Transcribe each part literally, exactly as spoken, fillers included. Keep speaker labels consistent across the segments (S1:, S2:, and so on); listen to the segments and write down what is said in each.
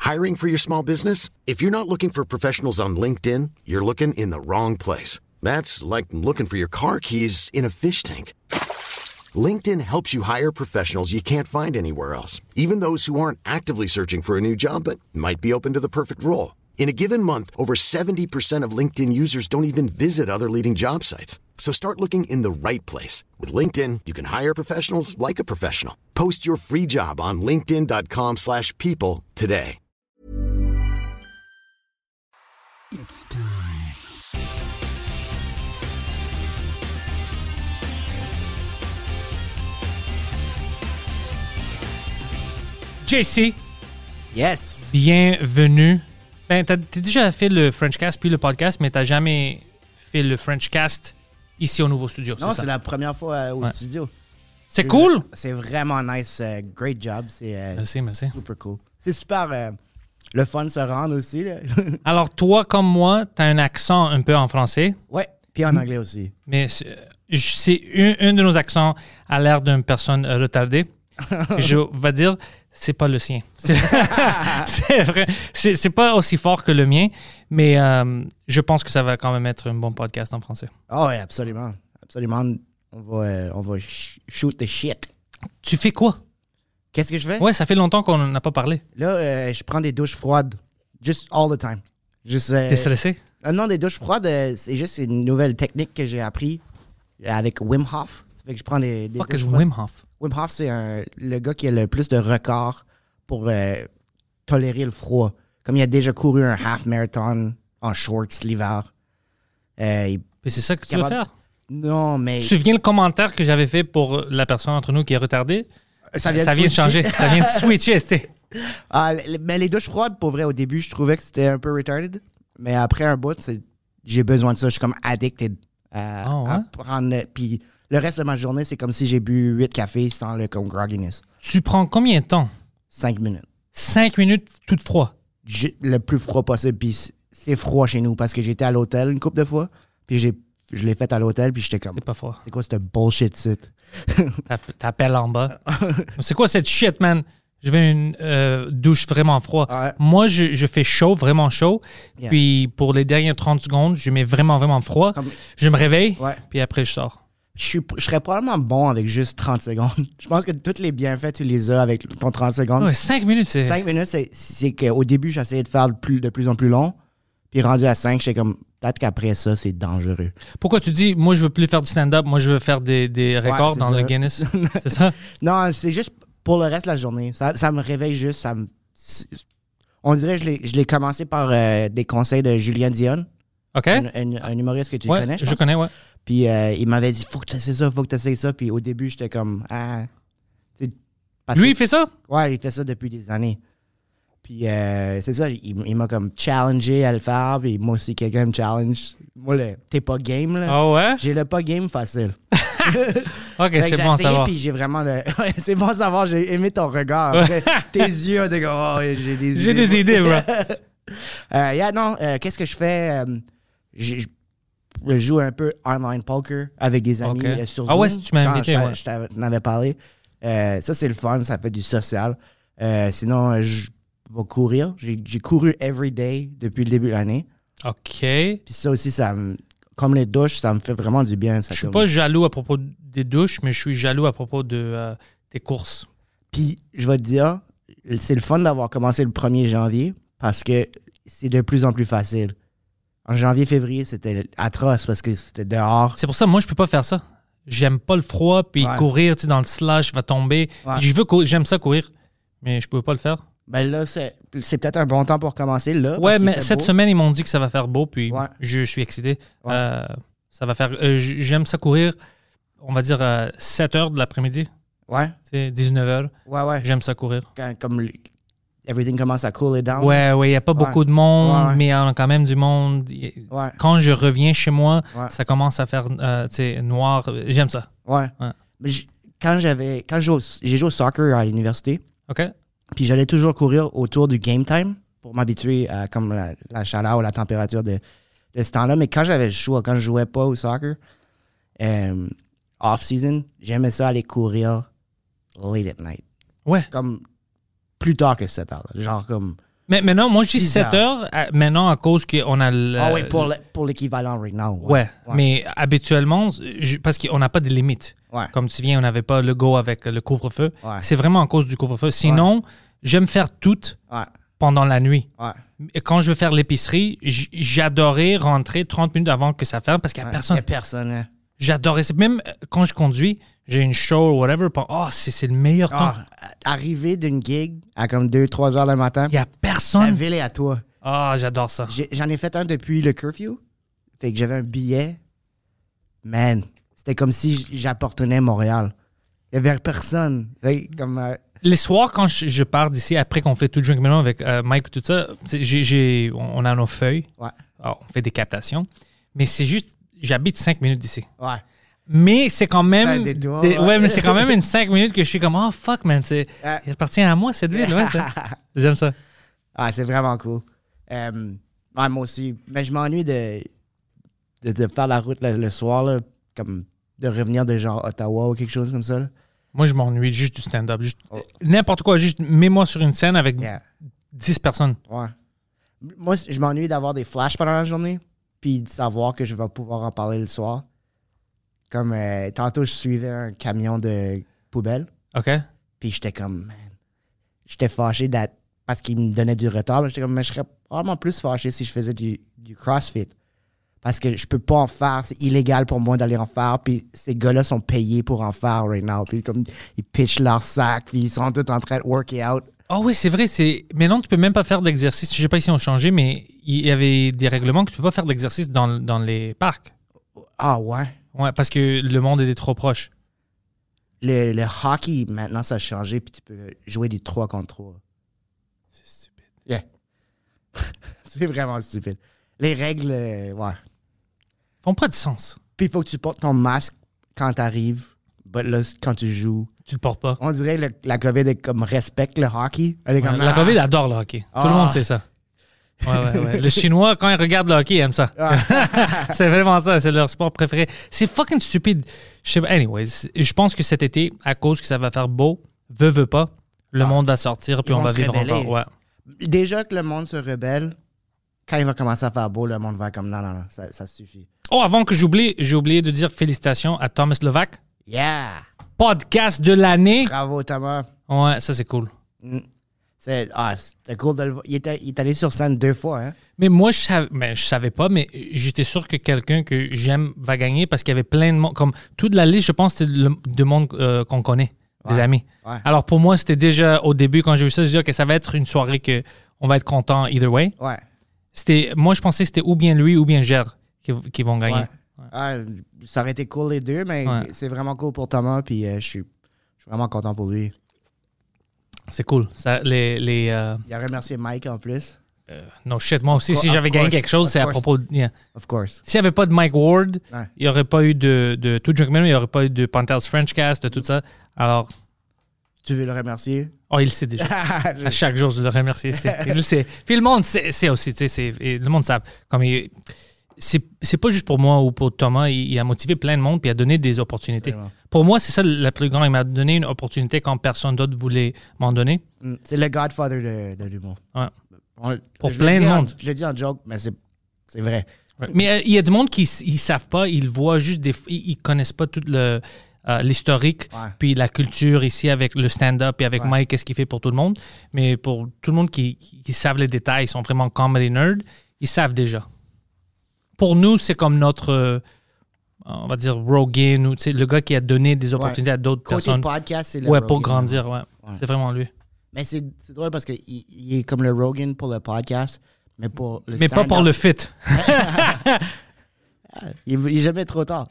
S1: Hiring for your small business? If you're not looking for professionals on LinkedIn, you're looking in the wrong place. That's like looking for your car keys in a fish tank. LinkedIn helps you hire professionals you can't find anywhere else, even those who aren't actively searching for a new job but might be open to the perfect role. In a given month, over seventy percent of LinkedIn users don't even visit other leading job sites. So start looking in the right place. With LinkedIn, you can hire professionals like a professional. Post your free job on linkedin.com slash people today.
S2: It's time.
S3: J C.
S4: Yes.
S3: Bienvenue. Ben, t'as, t'as déjà fait le Frenchcast puis le podcast, mais t'as jamais fait le Frenchcast ici au nouveau studio.
S4: Non,
S3: c'est,
S4: c'est
S3: ça?
S4: la première fois euh, au
S3: Ouais.
S4: studio.
S3: C'est cool?
S4: C'est vraiment nice. Uh, great job. C'est uh,
S3: Merci, merci.
S4: super cool. C'est super uh, le fun de se rendre aussi. Là.
S3: Alors, toi, comme moi, t'as un accent un peu en français,
S4: Ouais, puis en anglais aussi.
S3: mais c'est, c'est un, un de nos accents a l'air d'une personne euh, retardée. Je vais dire, c'est pas le sien. C'est, c'est vrai. C'est, c'est pas aussi fort que le mien, mais euh, je pense que ça va quand même être un bon podcast en français.
S4: Oh, oui, absolument. Absolument. On va, euh, on va sh- shoot the shit.
S3: Tu fais quoi?
S4: Qu'est-ce que je fais?
S3: Ouais, ça fait longtemps qu'on n'a pas parlé.
S4: Là, euh, je prends des douches froides. Just all the time. Juste, euh,
S3: T'es stressé?
S4: euh, non, des douches froides, euh, c'est juste une nouvelle technique que j'ai appris avec Wim Hof. Ça fait que je prends des, des
S3: Fuck
S4: douches
S3: is
S4: froides.
S3: Wim Hof?
S4: Wim Hof, c'est un, le gars qui a le plus de records pour euh, tolérer le froid. Comme il a déjà couru un half marathon en shorts l'hiver. Euh, il-
S3: Mais c'est ça que tu veux
S4: Capable-
S3: faire?
S4: non, mais
S3: Tu te souviens le commentaire que j'avais fait pour la personne entre nous qui est retardée?
S4: ça
S3: Ça vient de changer. Ça vient de switcher, tu sais.
S4: Ah, le- mais les douches froides, pour vrai, au début, je trouvais que c'était un peu retarded. Mais après un bout, c'est, j'ai besoin de ça. Je suis comme addicted à,
S3: Ah ouais?
S4: à prendre. le- Puis le reste de ma journée, c'est comme si j'ai bu huit cafés sans le comme grogginess.
S3: Tu prends combien de temps?
S4: Cinq minutes.
S3: Cinq minutes tout froid.
S4: J'ai- le plus froid possible. Puis c'est- c'est froid chez nous parce que j'étais à l'hôtel une couple de fois. Puis j'ai, je l'ai fait à l'hôtel. Puis j'étais comme,
S3: C'est pas froid.
S4: c'est quoi cette bullshit site?
S3: T'app- T'appelles en bas. C'est quoi cette shit, man? Je veux une euh, douche vraiment froide.
S4: Ouais.
S3: Moi, je, je fais chaud, vraiment chaud.
S4: Yeah.
S3: Puis pour les dernières trente secondes, je mets vraiment, vraiment froid.
S4: Comme-
S3: Je me réveille,
S4: Ouais.
S3: puis après, je sors.
S4: Je, suis, je serais probablement bon avec juste trente secondes. Je pense que tous les bienfaits, tu les as avec ton trente secondes.
S3: Ouais, cinq minutes, c'est...
S4: cinq minutes, c'est, c'est qu'au début, j'essayais de faire de plus, de plus en plus long. Puis rendu à cinq, j'étais comme, peut-être qu'après ça, c'est dangereux.
S3: Pourquoi tu dis, moi, je veux plus faire du stand-up, moi, je veux faire des, des records
S4: c'est
S3: dans
S4: ça.
S3: le Guinness? C'est ça?
S4: Non, c'est juste pour le reste de la journée. Ça, ça me réveille juste. Ça me, c'est- on dirait que je l'ai, je l'ai commencé par euh, des conseils de Julien Dion,
S3: OK?
S4: un, un- un humoriste que tu
S3: Ouais,
S4: connais, je
S3: je
S4: pense.
S3: connais, ouais.
S4: Puis euh, il m'avait dit, faut que tu essaies ça, faut que tu essaies ça. Puis au début, j'étais comme, ah. Tu sais, parce
S3: Lui,
S4: que-
S3: il fait ça?
S4: Ouais, il fait ça depuis des années. Puis euh, c'est ça, il, il m'a comme challengé à le faire. Puis moi aussi, quelqu'un me challenge. Moi, le t'es pas game, là.
S3: Ah ouais?
S4: J'ai le pas game facile.
S3: OK,
S4: Fait que
S3: c'est
S4: j'ai
S3: bon à
S4: essayé,
S3: savoir.
S4: puis j'ai vraiment le... Ouais, c'est bon à savoir, j'ai aimé ton regard. Après, tes yeux, t'es comme, oh, j'ai des idées.
S3: J'ai des idées, bro.
S4: Euh, yeah, non, euh, qu'est-ce que je fais? Euh, j'ai- je joue un peu online poker avec des amis
S3: Ok.
S4: euh, sur
S3: Ah
S4: Zoom.
S3: ouais, si tu m'as
S4: Genre,
S3: invité,
S4: je t'a-
S3: ouais.
S4: Je t'avais- t'en avais parlé. Euh, ça, c'est le fun, ça fait du social. Euh, sinon, euh, je vais courir. J'ai, j'ai couru every day depuis le début de l'année.
S3: OK.
S4: Puis ça aussi, ça me, comme les douches, ça me fait vraiment du bien. Ça
S3: Je suis
S4: comme-
S3: pas jaloux à propos des douches, mais je suis jaloux à propos de euh, tes courses.
S4: Puis, je vais te dire, c'est le fun d'avoir commencé le premier janvier parce que c'est de plus en plus facile. En janvier, février, c'était atroce parce que c'était dehors.
S3: C'est pour ça, moi, je peux pas faire ça. J'aime pas le froid, puis
S4: Ouais.
S3: courir, tu sais, dans le slush, va tomber.
S4: Ouais.
S3: Puis je veux cou- j'aime ça courir, mais je peux pas le faire.
S4: Ben là, c'est, c'est peut-être un bon temps pour commencer là. parce
S3: Ouais,
S4: qu'il
S3: mais
S4: fait
S3: cette
S4: beau.
S3: semaine, ils m'ont dit que ça va faire beau, puis
S4: Ouais.
S3: je, je suis excité.
S4: Ouais.
S3: Euh, ça va faire. euh, j- j'aime ça courir, on va dire à sept heures de l'après-midi,
S4: Ouais,
S3: tu sais, dix-neuf heures.
S4: ouais, ouais.
S3: J'aime ça courir.
S4: Quand, comme le- everything commence à cooler down.
S3: Ouais, ouais, il n'y a pas
S4: Ouais.
S3: beaucoup de monde,
S4: Ouais, ouais.
S3: mais il y en a quand même du monde. Y-
S4: Ouais.
S3: Quand je reviens chez moi,
S4: Ouais.
S3: ça commence à faire euh, tu sais, noir. J'aime ça.
S4: Ouais.
S3: Ouais.
S4: Mais j- quand j'avais, quand j'ai, j'ai joué au soccer à l'université,
S3: OK?
S4: puis j'allais toujours courir autour du game time pour m'habituer à comme la, la chaleur ou la température de, de ce temps-là. Mais quand j'avais le choix, quand je jouais pas au soccer, euh, off-season, j'aimais ça aller courir late at night.
S3: Ouais.
S4: Comme plus tard que sept heures. là. Genre comme
S3: Mais maintenant, moi, je dis
S4: six
S3: sept heures, à- maintenant, à cause qu'on a le.
S4: Ah oui, pour, le- pour l'équivalent right now.
S3: Ouais, mais habituellement, je- parce qu'on n'a pas de limite.
S4: Ouais.
S3: Comme tu viens, on n'avait pas le go avec le couvre-feu.
S4: Ouais.
S3: C'est vraiment à cause du couvre-feu. Sinon, j'aime faire tout
S4: Ouais.
S3: pendant la nuit.
S4: Ouais.
S3: Et quand je veux faire l'épicerie, j- j'adorais rentrer trente minutes avant que ça ferme parce qu'il n'y a
S4: Il
S3: personne.
S4: n'y a personne. Hein.
S3: J'adorais ça. Même euh, quand je conduis, j'ai une show ou whatever. puis, Oh, c'est c'est le meilleur temps.
S4: Ah, arriver d'une gig à comme deux trois heures le matin,
S3: Il n'y a
S4: la
S3: personne.
S4: ville est à toi.
S3: Ah, j'adore ça.
S4: J'ai- J'en ai fait un depuis le curfew. Fait que j'avais un billet. Man, c'était comme si j'appartenais à Montréal. Il n'y avait personne. Fait que comme, euh,
S3: Les soirs, quand je, je pars d'ici, après qu'on fait tout Drink Melon avec euh, Mike et tout ça, c'est- j'ai, j'ai- on on a nos feuilles.
S4: ouais.
S3: Ah, on fait des captations. Mais c'est juste, j'habite cinq minutes d'ici.
S4: Ouais.
S3: Mais c'est quand
S4: C'est un
S3: même.
S4: détour,
S3: des-
S4: ouais.
S3: ouais, mais c'est quand même une cinq minutes que je suis comme, oh fuck, man. C'est,
S4: Ouais.
S3: il appartient à moi, cette ville. Ouais, ça. J'aime ça.
S4: Ah, c'est vraiment cool. Euh, ouais, moi aussi. Mais je m'ennuie de, de, de faire la route le, le soir, là, comme de revenir de genre Ottawa ou quelque chose comme ça. Là.
S3: Moi, je m'ennuie juste du stand-up. Juste,
S4: Oh.
S3: N'importe quoi. Juste mets-moi sur une scène avec
S4: Yeah.
S3: dix personnes.
S4: Ouais. Moi, je m'ennuie d'avoir des flashs pendant la journée, puis de savoir que je vais pouvoir en parler le soir. Comme euh, tantôt, je suivais un camion de poubelle,
S3: OK?
S4: puis j'étais comme, man, j'étais fâché d'être- parce qu'il me donnait du retard. mais J'étais comme, mais je serais probablement plus fâché si je faisais du, du CrossFit. Parce que je peux pas en faire, c'est illégal pour moi d'aller en faire, puis ces gars-là sont payés pour en faire right now. Puis comme, ils pitchent leur sac, puis ils sont tous en train de worker out.
S3: Oh oui, c'est vrai. C'est... Maintenant, tu peux même pas faire d'exercice. Je sais pas si on a changé, mais il y avait des règlements que tu peux pas faire d'exercice dans, dans les parcs.
S4: Ah ouais?
S3: Ouais, parce que le monde était trop proche.
S4: Le, le hockey, maintenant, ça a changé, puis tu peux jouer du trois contre trois.
S3: C'est stupide.
S4: Yeah. C'est vraiment stupide. Les règles, euh, ouais.
S3: Font pas de sens.
S4: Puis il faut que tu portes ton masque quand t'arrives. But là, quand tu joues,
S3: Tu le portes pas.
S4: on dirait que la COVID est comme respecte le hockey. Elle est
S3: Ouais,
S4: comme,
S3: la
S4: ah.
S3: COVID adore le hockey. Tout le
S4: Ah.
S3: monde sait ça. Ouais, ouais, ouais. Les Chinois, quand ils regardent le hockey, ils aiment ça.
S4: Ah.
S3: C'est vraiment ça. C'est leur sport préféré. C'est fucking stupide. Je sais pas. Anyways, je pense que cet été, à cause que ça va faire beau, veut, veut pas, le
S4: Ah.
S3: monde va sortir puis
S4: Ils
S3: on
S4: vont
S3: va
S4: se
S3: vivre
S4: rébeller.
S3: encore. Ouais.
S4: Déjà que le monde se rebelle, quand il va commencer à faire beau, le monde va être comme non, non, non, ça, ça suffit.
S3: Oh, avant que j'oublie, j'ai oublié de dire félicitations à Thomas Levac.
S4: Yeah!
S3: Podcast de l'année.
S4: Bravo, Thomas.
S3: Ouais, ça c'est cool.
S4: Mm. C'est, ah, c'était cool de le voir. Il, était- il est allé sur scène deux fois, hein?
S3: Mais moi, je savais, ben, je savais pas, mais j'étais sûr que quelqu'un que j'aime va gagner parce qu'il y avait plein de monde. Comme toute la liste, je pense que c'était le- de monde euh, qu'on connaît, des
S4: Ouais.
S3: amis.
S4: Ouais.
S3: Alors pour moi, c'était déjà au début, quand j'ai vu ça, je disais que ça va être une soirée que on va être content either way.
S4: Ouais.
S3: C'était, moi, je pensais que c'était ou bien lui ou bien Gerd qui, qui vont gagner.
S4: Ouais. Ah, ça aurait été cool les deux, mais
S3: Ouais.
S4: c'est vraiment cool pour Thomas, puis euh, je suis je suis vraiment content pour lui.
S3: C'est cool. Ça, les, les, euh,
S4: Il a remercié Mike en plus.
S3: non, shit, moi aussi,
S4: course,
S3: si
S4: of
S3: j'avais gagné
S4: course,
S3: quelque chose,
S4: of
S3: c'est à
S4: course.
S3: propos de. Yeah.
S4: Of course.
S3: S'il n'y avait pas de Mike Ward,
S4: Ouais.
S3: il n'y aurait pas eu de, de Two Drink Melon, il n'y aurait pas eu de Pantel's Frenchcast, de tout ça. Alors,
S4: Tu veux le remercier?
S3: oh, il le sait déjà. À chaque jour, je le remercie. C'est- Il le sait. Puis le monde sait, sait aussi, tu sais, c'est- et le monde sait. Comme il- c'est, c'est pas juste pour moi ou pour Thomas, il, il a motivé plein de monde puis il a donné des opportunités.
S4: Vraiment.
S3: Pour moi, c'est ça le plus grand. Il m'a donné une opportunité quand personne d'autre voulait m'en donner.
S4: Mm, C'est le Godfather de, de l'humour.
S3: Ouais.
S4: On-
S3: Pour
S4: je le
S3: plein
S4: dis
S3: de
S4: en-
S3: monde.
S4: Je le dis en joke, mais c'est c'est vrai.
S3: Mais euh, il y a du monde qui ne savent pas, ils voient juste des. Ils, ils connaissent pas tout le. euh, l'historique,
S4: Ouais.
S3: puis la culture ici avec le stand-up et avec
S4: Ouais.
S3: Mike, qu'est-ce qu'il fait pour tout le monde. Mais pour tout le monde qui, qui, qui savent les détails, ils sont vraiment comedy nerds, ils savent déjà. Pour nous, c'est comme notre, euh, on va dire, Rogan, ou tu sais, le gars qui a donné des opportunités à d'autres
S4: Côté
S3: personnes.
S4: podcast, c'est le
S3: Ouais,
S4: Rogan.
S3: pour grandir, ouais.
S4: Ouais.
S3: C'est vraiment lui.
S4: Mais c'est c'est drôle parce qu'il il est comme le Rogan pour le podcast, mais pour le
S3: Mais pas pour le
S4: stand-up,
S3: fit.
S4: Il il est jamais trop tard.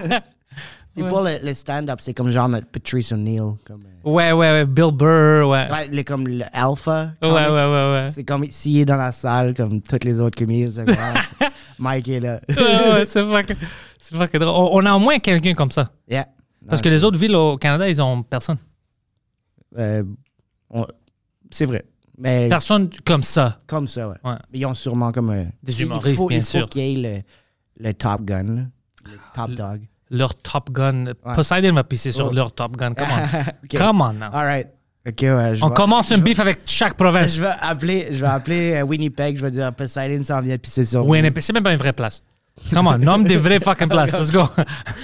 S4: Et
S3: Ouais.
S4: pour le, le stand-up, c'est comme genre notre Patrice O'Neill. Comme, euh,
S3: Ouais, ouais, ouais. Bill Burr, ouais.
S4: ouais, le, comme le alpha.
S3: Ouais,
S4: comic.
S3: ouais, ouais, ouais.
S4: C'est comme s'il est dans la salle, comme tous les autres comédiens. c'est comme, ah, c'est- Mike est là.
S3: Ouais, ouais, c'est fucking, c'est fucking drôle. On, on a au moins quelqu'un comme ça.
S4: Yeah.
S3: Parce
S4: Non,
S3: que
S4: c'est-
S3: les autres villes au Canada, ils ont personne.
S4: euh, on- c'est vrai. Mais
S3: Personne comme ça.
S4: comme ça, ouais.
S3: Ouais.
S4: Mais ils ont sûrement comme. euh,
S3: Des
S4: il
S3: humoristes,
S4: faut-
S3: bien
S4: il faut
S3: sûr.
S4: qu'il y ait le, le Top Gun, là. le Top Dog.
S3: Leur Top Gun. Poseidon va pisser sur
S4: Ouais.
S3: leur Top Gun. Come on.
S4: Ok.
S3: Come on now.
S4: All right. Ok, ouais. Je
S3: On
S4: vais,
S3: commence un beef avec chaque province.
S4: Je vais appeler, je vais appeler euh, Winnipeg, je vais dire Poseidon s'en vient pisser sur
S3: Winnipeg, c'est même pas une vraie place. Come on, nomme des vraies fucking places. Let's go.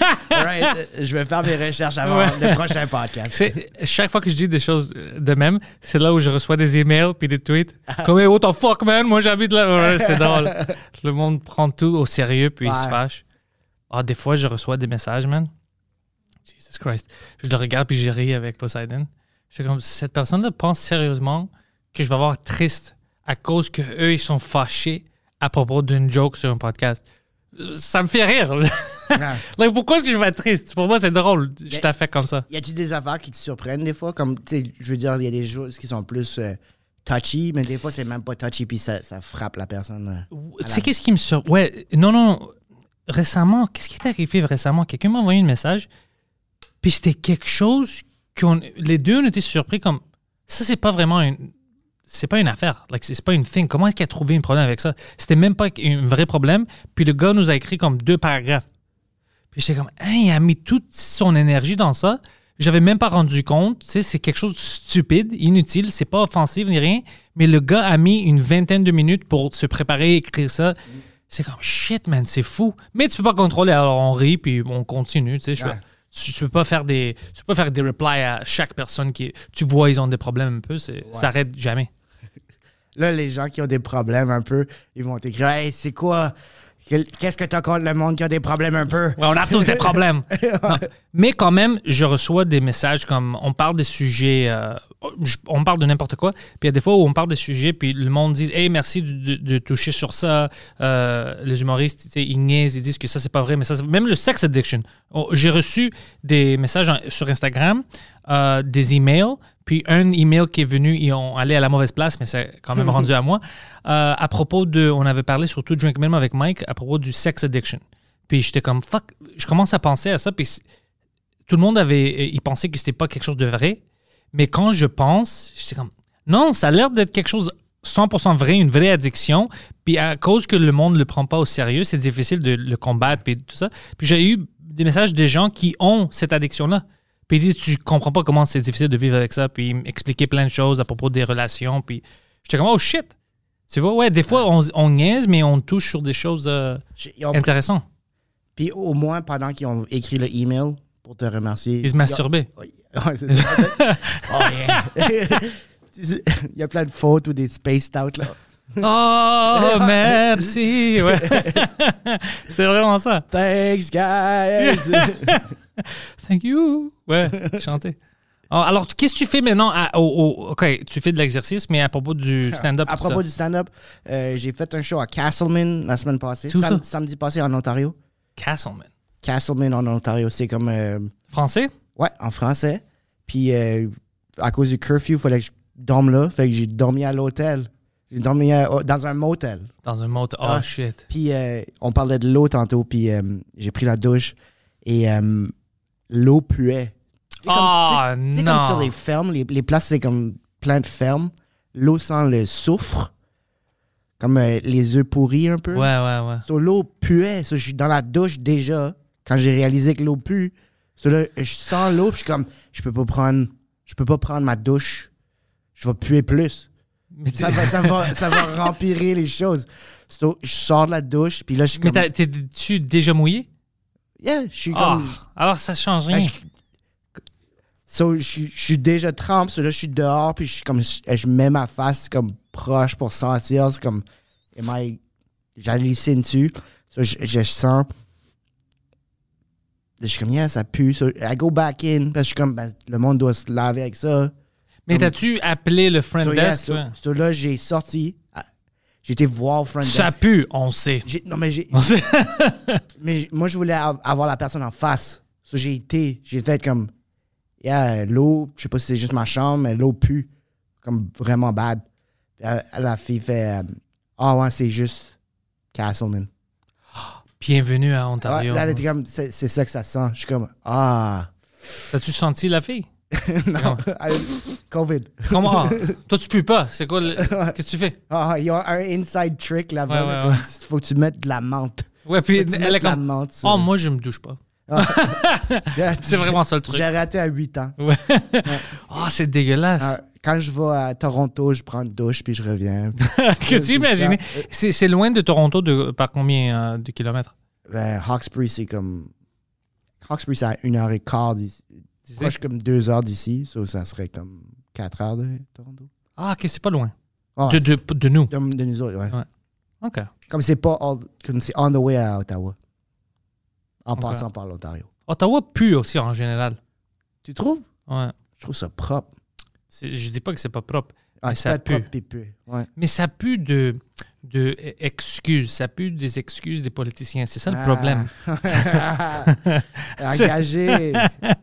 S4: Right. Je vais faire mes recherches avant
S3: Ouais.
S4: le prochain podcast.
S3: C'est, chaque fois que je dis des choses de même, c'est là où je reçois des emails puis des tweets. Comme, hey, what the fuck, man? Moi, j'habite là. Ouais, c'est drôle. Le monde prend tout au sérieux puis
S4: Ouais.
S3: il se fâche. Ah, des fois, je reçois des messages, man. Jesus Christ. Je le regarde puis je ris avec Poseidon. Je suis comme, cette personne-là pense sérieusement que je vais avoir triste à cause qu'eux, ils sont fâchés à propos d'une joke sur un podcast. Ça me fait rire. Like, pourquoi est-ce que je vais être triste? Pour moi, c'est drôle. Je
S4: Mais-
S3: t'affecte comme ça.
S4: Y a-tu des affaires qui te surprennent des fois? Comme, tu sais, je veux dire, il y a des choses qui sont plus euh, touchy, mais des fois, c'est même pas touchy, puis ça, ça frappe la personne. euh.
S3: Tu sais, qu'est-ce qui me surprend? Ouais, non, non. Récemment, qu'est-ce qui est arrivé récemment? Quelqu'un m'a envoyé un message, puis c'était quelque chose qu'on. Les deux, on était surpris comme. Ça, c'est pas vraiment une. C'est pas une affaire. Like, c'est pas une thing. Comment est-ce qu'il a trouvé un problème avec ça? C'était même pas un vrai problème. Puis le gars nous a écrit comme deux paragraphes. Puis j'étais comme, hein, il a mis toute son énergie dans ça. J'avais même pas rendu compte. Tu sais, c'est quelque chose de stupide, inutile. C'est pas offensif ni rien. Mais le gars a mis une vingtaine de minutes pour se préparer et écrire ça. C'est comme, shit, man, c'est fou. Mais tu peux pas contrôler. Alors on rit puis on continue. Tu sais, je-
S4: Ouais.
S3: tu, tu peux pas faire des, tu peux pas faire des replies à chaque personne qui, tu vois, ils ont des problèmes un peu. C'est, Ça arrête jamais.
S4: Là, les gens qui ont des problèmes un peu, ils vont t'écrire « Hey, c'est quoi? Quel- Qu'est-ce que t'as contre le monde qui a des problèmes un peu? »
S3: Ouais, on a tous des problèmes. Non. Mais quand même, je reçois des messages comme on parle des sujets, euh, je- on parle de n'importe quoi. Puis il y a des fois où on parle des sujets, puis le monde dit, hey, merci de, de- de toucher sur ça. Euh, les humoristes, tu sais, ils niaisent, ils disent que ça c'est pas vrai, mais ça, c'est- même le sex addiction. Oh, j'ai reçu des messages en- sur Instagram, euh, des emails. Puis un email qui est venu, ils ont allé à la mauvaise place, mais c'est quand même rendu à moi. Euh, à propos de, on avait parlé surtout de Drink Minimum avec Mike, à propos du sex addiction. Puis j'étais comme, fuck, je commence à penser à ça. Puis c- tout le monde avait, il pensait que c'était pas quelque chose de vrai. Mais quand je pense, j'étais comme, non, ça a l'air d'être quelque chose cent pour cent vrai, une vraie addiction. Puis à cause que le monde ne le prend pas au sérieux, c'est difficile de le combattre puis tout ça. Puis j'ai eu des messages des gens qui ont cette addiction-là. Puis ils disent, tu comprends pas comment c'est difficile de vivre avec ça. Puis ils m'expliquaient plein de choses à propos des relations. Puis j'étais comme, oh shit. Tu vois, ouais, des fois, on, on niaise, mais on touche sur des choses euh,
S4: Ils ont-
S3: intéressantes.
S4: Puis au moins, pendant qu'ils ont écrit le email pour te remercier...
S3: Ils se masturbaient.
S4: Ouais, c'est ça. Oh, yeah. Il y a plein de fautes ou des spaced out, là.
S3: Oh, merci. Ouais. C'est vraiment ça.
S4: Thanks, guys!
S3: Thank you. Ouais, chanter. Oh, alors, qu'est-ce que tu fais maintenant? À- au- au- OK, tu fais de l'exercice, mais à propos du stand-up.
S4: À
S3: tout
S4: propos
S3: ça.
S4: du stand-up, euh, j'ai fait un show à Castleman la semaine passée.
S3: C'est où ça?
S4: Samedi passé en Ontario.
S3: Castleman.
S4: Castleman en Ontario, c'est comme... euh,
S3: Français?
S4: ouais, en français. Puis euh, à cause du curfew, il fallait que je dorme là. Fait que j'ai dormi à l'hôtel. J'ai dormi à- dans un motel.
S3: Dans un mot. Oh,
S4: Ah.
S3: shit.
S4: Puis euh, on parlait de l'eau tantôt, puis euh, j'ai pris la douche et euh, l'eau puait. C'est comme-
S3: Ah,
S4: tu sais- tu sais, comme
S3: non.
S4: sur les fermes, les, les places, c'est comme plein de fermes. L'eau sent le soufre, comme euh, les œufs pourris un peu.
S3: Ouais, ouais, ouais.
S4: So, l'eau puait. So, je suis dans la douche déjà, quand j'ai réalisé que l'eau pue. So, là, je sens l'eau, puis je suis comme, je peux pas prendre, je peux pas prendre ma douche. Je vais puer plus.
S3: Mais
S4: Ça va, ça va, ça va rempirer les choses. So, je sors de la douche, puis là, je suis
S3: Mais
S4: comme...
S3: t'as- t'es-tu déjà mouillé?
S4: Yeah, je suis
S3: Ah,
S4: comme...
S3: alors ça change
S4: Ah,
S3: rien.
S4: je- So, je, suis- je suis déjà trempé, so là, je suis dehors, puis je, suis comme, je, je mets ma face comme proche pour sentir. C'est comme, am I- j'hallucine dessus. So, je, je sens. Je suis comme, yeah, ça pue. So, I go back in, parce que je suis comme, ben, le monde doit se laver avec ça.
S3: Mais t'as-tu appelé le friend
S4: So, yeah,
S3: desk?
S4: so,
S3: ouais?
S4: so là, j'ai sorti. ah, J'ai été voir Friend
S3: Ça
S4: Desk.
S3: pue, on sait.
S4: J'ai- Non, mais j'ai.
S3: On sait.
S4: Mais j- moi, je voulais av- avoir la personne en face. So, j'ai été, j'ai fait comme, yeah, l'eau, je sais pas si c'est juste ma chambre, mais l'eau pue. Comme vraiment bad. Puis, euh, la fille fait, euh, ah ouais, c'est juste Castleman.
S3: Bienvenue à
S4: Ouais,
S3: Ontario.
S4: là, elle était comme, c'est c'est ça que ça sent. Je suis comme, ah.
S3: T'as-tu senti la fille?
S4: non, COVID.
S3: Comment? Ah, toi, tu pues pas. C'est quoi? le- Qu'est-ce que tu fais?
S4: Ah, il y a un inside trick là-bas.
S3: Ouais,
S4: là,
S3: ouais,
S4: comme, faut que tu mettes de la menthe.
S3: Ouais, puis
S4: Faut que tu
S3: elle
S4: mettes
S3: est
S4: de la
S3: comme.
S4: menthe. sur-
S3: Oh, moi, je me douche pas. C'est vraiment ça le truc.
S4: J'ai raté à huit ans.
S3: Ouais. Oh, c'est dégueulasse.
S4: Euh, quand je vais à Toronto, je prends une douche puis je reviens.
S3: Que tu imagines? C'est, c'est loin de Toronto de, par combien euh, de kilomètres?
S4: Ben, Hawkesbury, c'est comme... Hawkesbury, c'est à une heure et quart d'ici. Proche comme deux heures d'ici. So, ça serait comme quatre heures de Toronto.
S3: Ah, OK, c'est pas loin.
S4: Oh,
S3: de, de, de nous.
S4: De, de nous autres, ouais.
S3: Ouais. OK.
S4: Comme c'est pas all, comme c'est on the way à Ottawa. En
S3: Okay.
S4: passant par l'Ontario.
S3: Ottawa pue aussi en général.
S4: Tu trouves?
S3: Ouais.
S4: Je trouve ça propre.
S3: C'est, je dis pas que c'est pas propre,
S4: Ah,
S3: mais
S4: c'est
S3: ça
S4: pas
S3: pue.
S4: propre et pue. Ouais.
S3: Mais ça pue de, de excuses. Ça pue des excuses des politiciens. C'est ça le
S4: Ah.
S3: problème.
S4: Engagé.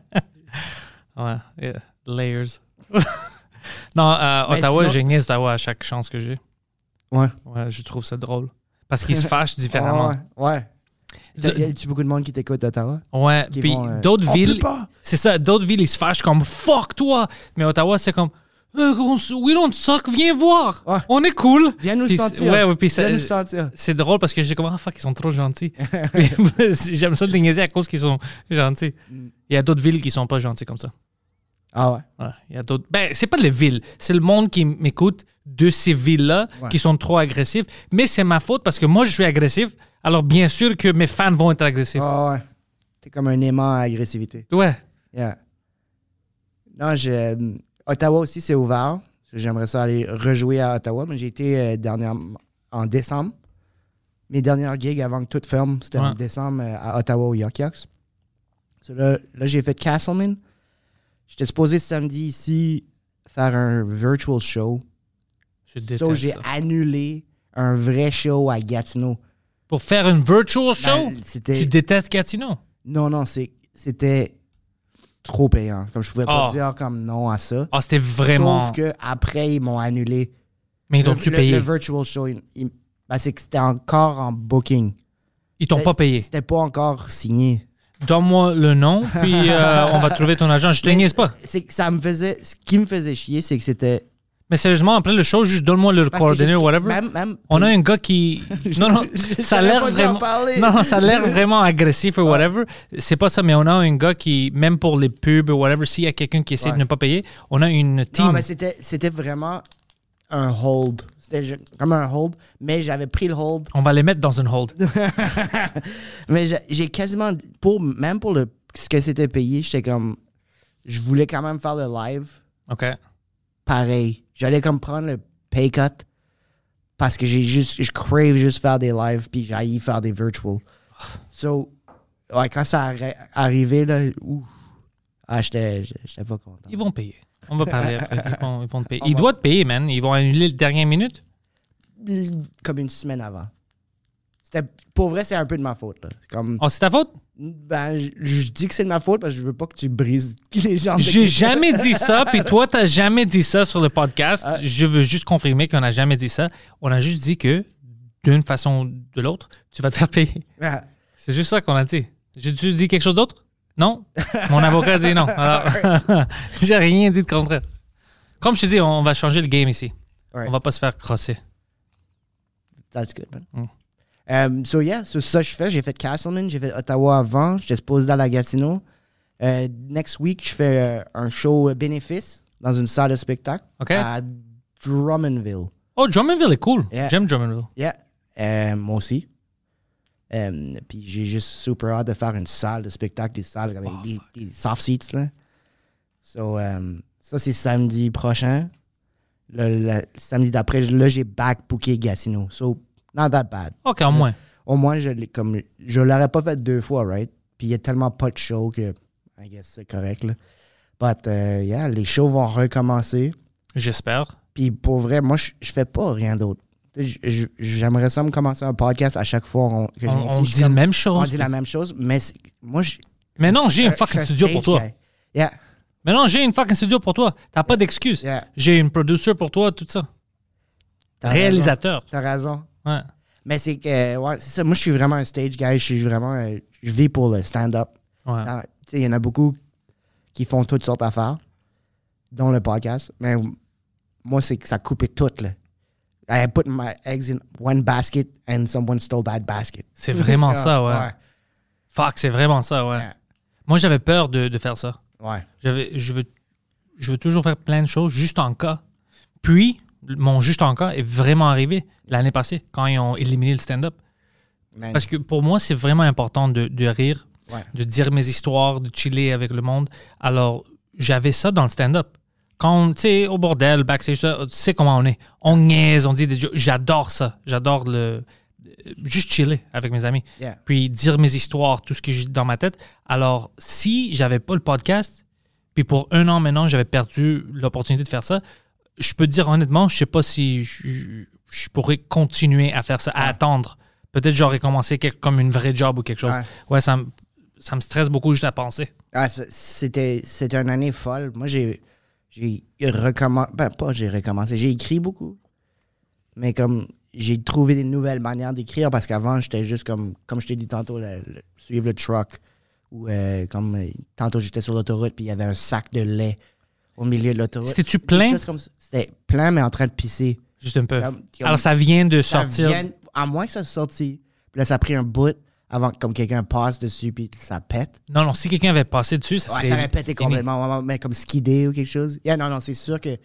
S3: Ouais. Yeah. Layers. Non, euh,
S4: Mais
S3: Ottawa,
S4: sinon-
S3: je niaise Ottawa à chaque chance que j'ai.
S4: Ouais.
S3: Ouais, je trouve ça drôle. Parce qu'ils se fâchent différemment.
S4: Ouais. ouais.
S3: Le-
S4: Y a-tu beaucoup de monde qui t'écoute d'Ottawa?
S3: Ouais,
S4: Qui
S3: puis
S4: vont, euh,
S3: d'autres
S4: On
S3: villes,
S4: peut pas.
S3: c'est ça, d'autres villes, ils se fâchent comme fuck toi. Mais Ottawa, c'est comme euh, on s- we don't suck, viens voir.
S4: Ouais.
S3: On est cool.
S4: Viens nous le
S3: Puis
S4: sentir.
S3: c'est- Ouais, ouais, puis ça-
S4: Viens nous le sentir.
S3: c'est drôle parce que j'ai comme ah fuck, ils sont trop gentils. Puis, j'aime ça de les niaiser à cause qu'ils sont gentils. Il y a d'autres villes qui sont pas gentils comme ça.
S4: Ah ouais.
S3: Ouais, il y a d'autres. Ben, c'est pas les villes, c'est le monde qui m'écoute de ces villes-là
S4: Ouais.
S3: qui sont trop agressifs. Mais c'est ma faute parce que moi, je suis agressif. Alors, bien sûr que mes fans vont être agressifs.
S4: Ah ouais. T'es comme un aimant à agressivité.
S3: Ouais.
S4: Yeah. Non, je, euh, Ottawa aussi, c'est ouvert. J'aimerais ça aller rejouer à Ottawa, mais j'ai été euh, dernièrement- en décembre. Mes dernières gigs avant que tout ferme, c'était en
S3: Ouais.
S4: décembre euh, à Ottawa au Yuck Yucks. So là, là, j'ai fait Castleman. J'étais supposé samedi ici faire un virtual show.
S3: Je déteste
S4: So, j'ai
S3: ça.
S4: annulé un vrai show à Gatineau.
S3: Pour faire une virtual show,
S4: Ben, c'était...
S3: tu détestes Gatineau.
S4: Non, non, c'est- c'était trop payant. Comme je pouvais pas
S3: Oh.
S4: dire comme non à ça.
S3: Ah, c'était vraiment.
S4: Sauf qu'après, ils m'ont annulé.
S3: Mais ils
S4: Le-
S3: t'ont-tu
S4: le,
S3: payé?
S4: le virtual show, il- il- ben, c'est que c'était encore en booking.
S3: Ils t'ont pas payé.
S4: C'était pas encore signé.
S3: Donne-moi le nom, puis euh, on va trouver ton agent. Je te
S4: Mais
S3: niaise pas.
S4: C'est que ça me faisait... Ce qui me faisait chier, c'est que c'était...
S3: Mais sérieusement, après le show, juste donne-moi le
S4: parce que
S3: coordonnées
S4: j'ai-
S3: ou whatever.
S4: Même, même,
S3: On a un gars qui. Non, non,
S4: Je
S3: ça a
S4: savais
S3: l'air
S4: pas dû en
S3: vraiment.
S4: parler.
S3: Non, non, ça a l'air vraiment agressif ou whatever. C'est pas ça, mais on a un gars qui, même pour les pubs ou whatever, s'il y a quelqu'un qui essaie
S4: Ouais.
S3: de ne pas payer, on a une team.
S4: Non, mais c'était c'était vraiment un hold. C'était ju- comme un hold, mais j'avais pris le hold.
S3: On va les mettre dans une hold.
S4: Mais j'ai- j'ai quasiment... Pour, même pour le, ce que c'était payé, j'étais comme... Je voulais quand même faire le live
S3: OK.
S4: pareil. J'allais comme prendre le pay cut parce que j'ai juste... Je crave juste faire des lives puis j'ai faire des virtual. So, ouais, quand ça arri- arrivé, là, ouf, ah, j'étais j'étais pas content.
S3: Ils vont payer. On va parler après. Ils vont, ils vont te payer.
S4: On
S3: Ils
S4: va-
S3: doivent te payer, man. Ils vont annuler la dernière minute.
S4: Comme une semaine avant. C'était, pour vrai, c'est un peu de ma faute. Là. Comme,
S3: Oh, c'est ta faute?
S4: ben, je, je dis que c'est de ma faute parce que je veux pas que tu brises les jambes. de
S3: J'ai
S4: quelqu'un.
S3: jamais dit ça, puis toi, t'as jamais dit ça sur le podcast.
S4: Ah.
S3: Je veux juste confirmer qu'on n'a jamais dit ça. On a juste dit que, d'une façon ou de l'autre, tu vas te faire payer.
S4: Ah,
S3: C'est juste ça qu'on a dit. J'ai-tu dit quelque chose d'autre? Non? Mon avocat a dit non. Alors, j'ai rien dit de contraire. Comme je te dis, on va changer le game ici.
S4: Alright.
S3: On va pas se faire crosser.
S4: That's good, man.
S3: Mm.
S4: Um, so, yeah, c'est ça que je fais. J'ai fait Castleman, j'ai fait Ottawa avant. J'étais supposé d'aller à Gatineau. Euh, next week, je fais euh, un show euh, bénéfice dans une salle de spectacle
S3: OK?
S4: à Drummondville.
S3: Oh, Drummondville est cool.
S4: Yeah.
S3: J'aime Drummondville.
S4: Yeah, Euh, moi aussi. Euh, Puis j'ai juste super hâte de faire une salle de spectacle, des salles avec
S3: Oh,
S4: des, des soft seats. Là. So, um, ça, c'est samedi prochain. Le, le samedi d'après, là, j'ai back booké Gatineau. So, not that bad.
S3: OK, au moins.
S4: Au moins, je l'ai comme je l'aurais pas fait deux fois, right? Puis il y a tellement pas de show que, I guess, c'est correct, là. But, uh, yeah, les shows vont recommencer.
S3: J'espère.
S4: Puis pour vrai, moi, je, je fais pas rien d'autre. Je- je- J'aimerais ça me commencer un podcast à chaque fois on- que je
S3: On,
S4: viens
S3: on
S4: ici. Je suis
S3: dit la
S4: comme-
S3: même chose.
S4: On dit la même chose, mais c'est- moi, je...
S3: Mais non, j'ai
S4: je-
S3: un
S4: je
S3: fucking
S4: suis
S3: studio
S4: stage
S3: pour toi.
S4: guy. Yeah,
S3: Mais non, j'ai une fucking studio pour toi. T'as pas d'excuse.
S4: yeah.
S3: J'ai une producer pour toi, tout ça.
S4: T'as
S3: Réalisateur.
S4: raison. T'as raison.
S3: Ouais.
S4: Mais c'est que, ouais, c'est ça. Moi, je suis vraiment un stage guy. Je suis vraiment... euh, je vis pour le stand-up.
S3: Ouais.
S4: Dans- tu sais, il y en a beaucoup qui font toutes sortes d'affaires, dont le podcast. Mais moi, c'est que ça coupait tout, là. I put my eggs in one basket and someone stole that basket.
S3: C'est vraiment
S4: Ah,
S3: ça, ouais. Fuck, c'est vraiment ça, ouais.
S4: Yeah.
S3: Moi, j'avais peur de, de faire ça.
S4: Ouais.
S3: J'avais, je, veux, je veux toujours faire plein de choses juste en cas. Puis, mon juste en cas est vraiment arrivé l'année passée, quand ils ont éliminé le stand-up.
S4: Man.
S3: Parce que pour moi, c'est vraiment important de, de rire,
S4: Ouais.
S3: de dire mes histoires, de chiller avec le monde. Alors, j'avais ça dans le stand-up. Quand, tu sais, au bordel, backstage, ça, tu sais comment on est. On niaise, on dit des jokes. J'adore ça. J'adore le juste chiller avec mes amis.
S4: Yeah.
S3: Puis dire mes histoires, tout ce que j'ai dans ma tête. Alors, si j'avais pas le podcast, puis pour un an maintenant, j'avais perdu l'opportunité de faire ça, je peux te dire honnêtement, je sais pas si je, je pourrais continuer à faire ça, à
S4: Ouais.
S3: attendre. Peut-être j'aurais commencé quelque, comme une vraie job ou quelque chose.
S4: Ouais.
S3: Ouais, ça, me- ça me stresse beaucoup juste à penser.
S4: Ah, c- c'était, c'était une année folle. Moi, j'ai, j'ai recommencé. Ben, pas j'ai recommencé. J'ai écrit beaucoup. Mais comme j'ai trouvé des nouvelles manières d'écrire parce qu'avant, j'étais juste comme, comme je t'ai dit tantôt, le- le- suivre le truck. Ou euh, comme euh, tantôt, j'étais sur l'autoroute puis il y avait un sac de lait au milieu de l'autoroute.
S3: C'était-tu
S4: Des
S3: plein?
S4: choses comme ça. C'était plein, mais en train de pisser.
S3: Juste un peu.
S4: Comme- comme-
S3: Alors, ça vient de
S4: ça
S3: sortir.
S4: vient- à moins que ça sorte. Puis là, ça a pris un bout avant que comme quelqu'un passe dessus puis ça pète.
S3: Non, non, si quelqu'un avait passé dessus, ça
S4: Ouais,
S3: serait.
S4: ça aurait pété
S3: fini.
S4: complètement, ouais, ouais, mais comme skidé ou quelque chose. Yeah, non, non, c'est sûr que.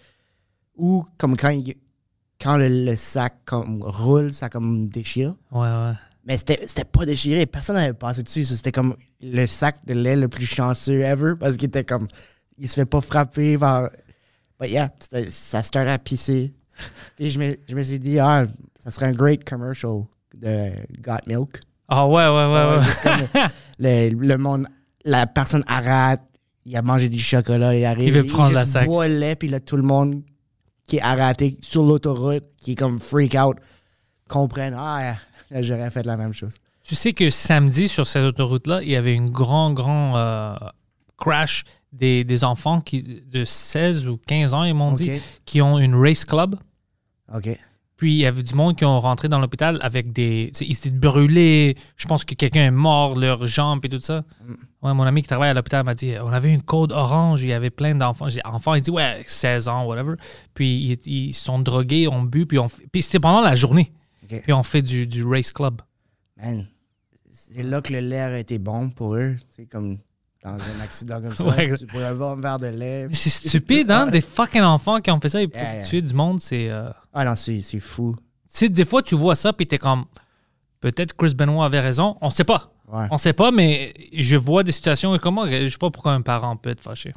S4: Ou comme quand, il- quand le, le sac comme, roule, ça comme déchire.
S3: Ouais, ouais.
S4: Mais c'était c'était pas déchiré. Personne n'avait passé dessus. Ça, c'était comme le sac de lait le plus chanceux ever parce qu'il était comme. Il se fait pas frapper par. But yeah, c'était- ça startait à pisser. Puis je me, je me suis dit, ah, ça serait un great commercial de Got Milk.
S3: Ah, ouais, ouais, ouais, ouais.
S4: Juste comme le, le monde, la personne arrête, il a mangé du chocolat, il arrive.
S3: Il veut prendre la
S4: juste
S3: sac.
S4: boit le lait, puis là, tout le monde qui est arrêté sur l'autoroute, qui est comme freak out, comprennent, ah, là, j'aurais fait la même chose.
S3: Tu sais que samedi, sur cette autoroute-là, il y avait une grand, grand euh, crash des, des enfants qui, de seize ou quinze ans, ils m'ont
S4: OK.
S3: dit, qui ont une race club.
S4: OK.
S3: Puis il y avait du monde qui ont rentré dans l'hôpital avec des. tu sais, ils étaient brûlés. Je pense que quelqu'un est mort, leurs jambes et tout ça. Ouais, mon ami qui travaille à l'hôpital m'a dit on avait une code orange, il y avait plein d'enfants. J'ai dit enfants, il dit ouais, seize ans, whatever. Puis ils, ils sont drogués, ont bu, puis, on, fait- puis c'était pendant la journée.
S4: OK.
S3: Puis on fait du, du race club.
S4: Man, c'est là que le lait a été bon pour eux. C'est comme dans un accident comme ça.
S3: Ouais.
S4: Tu pourrais avoir un verre de lait.
S3: Mais c'est stupide, hein? Des fucking enfants qui ont fait ça et pour
S4: Yeah, yeah.
S3: tuer du monde, c'est. euh,
S4: Ah non, c'est c'est fou.
S3: Tu sais, des fois, tu vois ça, puis t'es comme. Peut-être Chris Benoit avait raison. On sait pas.
S4: Ouais.
S3: On sait pas, mais je vois des situations et comment. Je sais pas pourquoi un parent peut être fâché.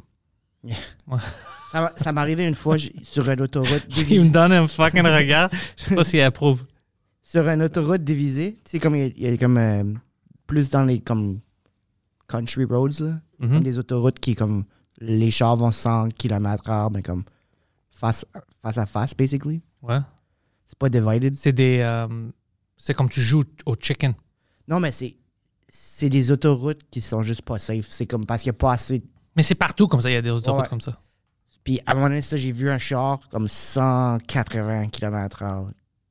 S4: Ça, m'a- ça m'est arrivé une fois j'ai- sur une autoroute.
S3: Il me
S4: divisée.
S3: donne un fucking regard. Je sais pas s'il approuve.
S4: Sur une autoroute divisée, tu sais, comme il y a- il y, a comme euh, plus dans les comme country roads, là,
S3: Mhm.
S4: comme des autoroutes qui, comme, les chars vont cent kilomètres heure, mais comme face, face à face, basically.
S3: Ouais.
S4: C'est pas divided.
S3: C'est des. euh, c'est comme tu joues au chicken.
S4: Non, mais c'est c'est des autoroutes qui sont juste pas safe. C'est comme parce qu'il n'y a pas assez.
S3: Mais c'est partout comme ça, il y a des autoroutes
S4: Ouais.
S3: comme ça.
S4: Puis à un moment donné, ça, j'ai vu un char comme cent quatre-vingts kilomètres heure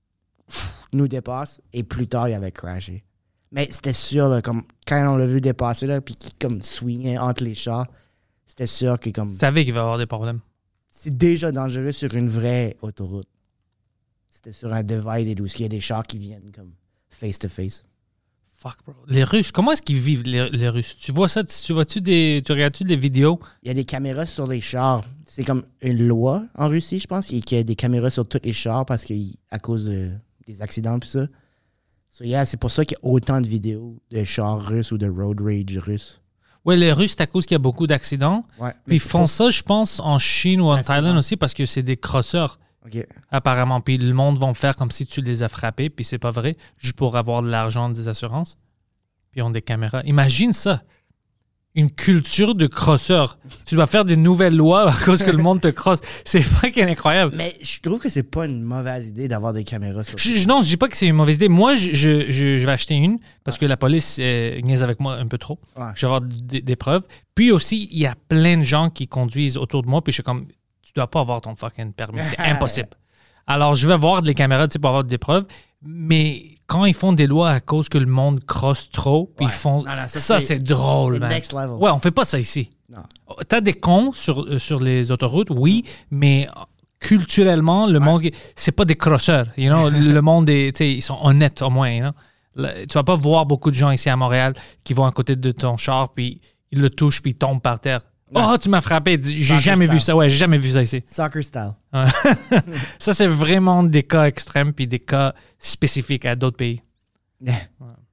S4: nous dépasse et plus tard, il avait crashé. Mais c'était sûr, là, comme quand on l'a vu dépasser, là, puis qu'il comme swingait entre les chars, c'était sûr que comme
S3: Tu savais qu'il va y avoir des problèmes.
S4: c'est déjà dangereux sur une vraie autoroute. C'était sur un divided où il y a des chars qui viennent comme face to face.
S3: Fuck, bro. Les Russes, comment est-ce qu'ils vivent, les, les Russes? Tu vois ça? Tu, tu vois-tu des. Tu regardes-tu des vidéos?
S4: Il y a des caméras sur les chars. C'est comme une loi en Russie, je pense, qu'il y a des caméras sur tous les chars parce qu'à cause de- des accidents et ça. So, yeah, c'est pour ça qu'il y a autant de vidéos de chars russes ou de road rage russes.
S3: Oui, les Russes, c'est à cause qu'il y a beaucoup d'accidents.
S4: Ouais.
S3: Puis ils font ça, je pense, en Chine ou en
S4: Ouais,
S3: Thaïlande
S4: souvent.
S3: aussi parce que c'est des crosseurs,
S4: OK.
S3: apparemment. Puis le monde va faire comme si tu les as frappés, puis c'est pas vrai, juste pour avoir de l'argent des assurances. Puis ils ont des caméras. Imagine ça. Une culture de crosseurs. Tu dois faire des nouvelles lois à cause que le monde te crosse. C'est fucking incroyable.
S4: Mais je trouve que c'est pas une mauvaise idée d'avoir des caméras sur
S3: Je, je- non, je dis pas que c'est une mauvaise idée. Moi, je, je, je- je vais acheter une parce que la police euh, niaise avec moi un peu trop.
S4: Ouais.
S3: Je vais avoir des, des preuves. Puis aussi, il y a plein de gens qui conduisent autour de moi. Puis je suis comme, tu dois pas avoir ton fucking permis. C'est impossible. Alors, je vais voir des caméras tu sais, pour avoir des preuves. Mais quand ils font des lois à cause que le monde crosse trop, puis
S4: Ouais.
S3: ils font.
S4: Non, non, ça,
S3: ça,
S4: c'est-
S3: c'est drôle,
S4: c'est
S3: man.
S4: next level.
S3: Ouais, on fait pas ça ici.
S4: Non.
S3: T'as des cons sur, euh, sur les autoroutes, oui, mais culturellement, le monde, c'est pas des crosseurs. You know? Le monde, est, tu sais, ils sont honnêtes au moins. You know? Là, tu vas pas voir beaucoup de gens ici à Montréal qui vont à côté de ton char, puis ils le touchent, puis ils tombent par terre. Non. Oh, tu m'as frappé. J'ai
S4: Soccer
S3: jamais
S4: style.
S3: vu ça. Ouais, j'ai jamais vu ça ici.
S4: Soccer style.
S3: Ouais. Ça, c'est vraiment des cas extrêmes, puis des cas spécifiques à d'autres pays.
S4: Ouais.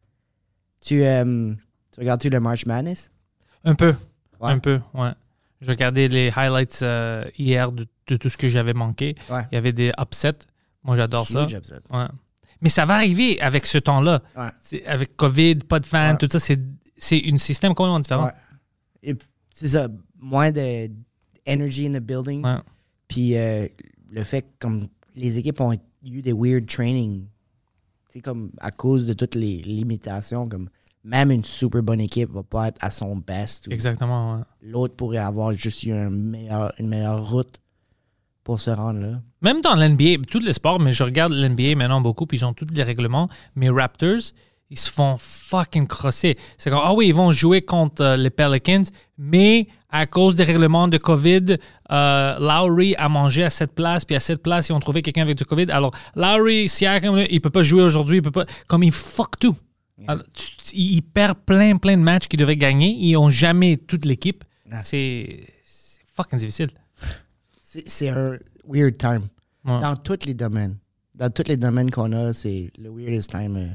S4: Tu, euh, tu regardes-tu le March Madness?
S3: Un peu.
S4: Ouais.
S3: Un peu, ouais. Je regardais les highlights euh, hier de, de tout ce que j'avais manqué.
S4: Ouais.
S3: Il y avait des upsets. Moi, j'adore ça.
S4: Huge upset.
S3: Ouais. Mais ça va arriver avec ce temps-là.
S4: Ouais.
S3: C'est, avec COVID, pas de fans,
S4: Ouais.
S3: tout ça, c'est, c'est un système complètement différent.
S4: Ouais. Et c'est ça, moins de energy in the building.
S3: Ouais.
S4: Puis euh, le fait que comme les équipes ont eu des weird training, c'est comme à cause de toutes les limitations, comme même une super bonne équipe va pas être à son best. Ou
S3: Exactement, ouais.
S4: l'autre pourrait avoir juste eu un meilleur, une meilleure route pour se rendre là.
S3: Même dans l'N B A, tous les sports, mais je regarde l'N B A maintenant beaucoup, puis ils ont tous les règlements. Mais Raptors, ils se font fucking crosser. C'est comme, ah oui, ils vont jouer contre euh, les Pelicans, mais à cause des règlements de COVID, euh, Lowry a mangé à cette place, puis à cette place, ils ont trouvé quelqu'un avec du COVID. Alors, Lowry, Siakam, il peut pas jouer aujourd'hui, il peut pas. Comme il fuck tout. Alors, tu- il perd plein, plein de matchs qu'il devait gagner. Ils n'ont jamais toute l'équipe. C'est, c'est fucking difficile.
S4: C'est, c'est un weird time.
S3: Ouais.
S4: Dans tous les domaines. Dans tous les domaines qu'on a, c'est le weirdest time euh,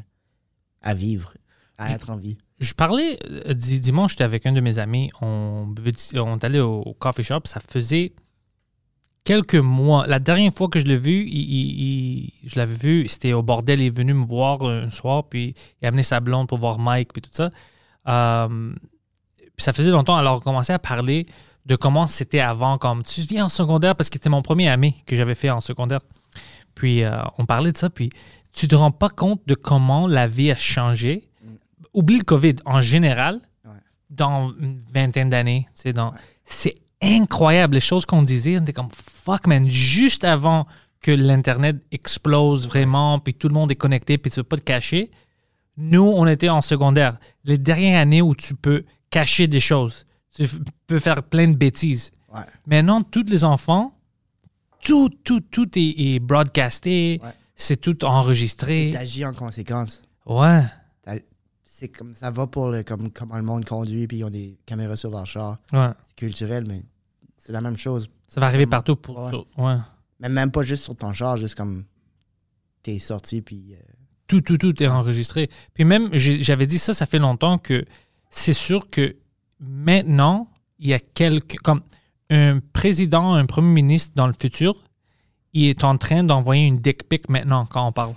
S4: à vivre, à être en vie.
S3: Je parlais euh, di- dimanche, j'étais avec un de mes amis. On, buvait du- on est allé au, au coffee shop. Ça faisait quelques mois. La dernière fois que je l'ai vu, il- il- il- je l'avais vu, c'était au bordel. Il est venu me voir un soir, puis il a amené sa blonde pour voir Mike, puis tout ça. Euh, puis ça faisait longtemps. Alors, on commençait à parler de comment c'était avant. Comme tu viens en secondaire, parce que c'était mon premier ami que j'avais fait en secondaire. Puis euh, on parlait de ça, puis tu te rends pas compte de comment la vie a changé. Oublie le COVID en général,
S4: Ouais.
S3: dans une vingtaine d'années. tu sais, Dans... C'est incroyable les choses qu'on disait. On était comme fuck man, juste avant que l'Internet explose vraiment, puis tout le monde est connecté, puis tu ne peux pas te cacher. Nous, on était en secondaire. Les dernières années où tu peux cacher des choses, tu f- peux faire plein de bêtises.
S4: Ouais.
S3: Maintenant, tous les enfants, tout, tout, tout est, est broadcasté,
S4: Ouais.
S3: c'est tout enregistré.
S4: Et t'agis en conséquence.
S3: Ouais.
S4: T'as- C'est comme ça va pour le, comme, comment le monde conduit, puis ils ont des caméras sur leur char.
S3: Ouais.
S4: C'est culturel, mais c'est la même chose.
S3: Ça va arriver partout. Pour,
S4: Ouais.
S3: sur- ouais.
S4: Mais même pas juste sur ton char, juste comme t'es sorti, puis... euh,
S3: Tout, tout, tout est enregistré. Puis même, j'ai- j'avais dit ça, ça fait longtemps que c'est sûr que maintenant, il y a quelques... Comme un président, un premier ministre dans le futur, il est en train d'envoyer une dick pic maintenant quand on parle.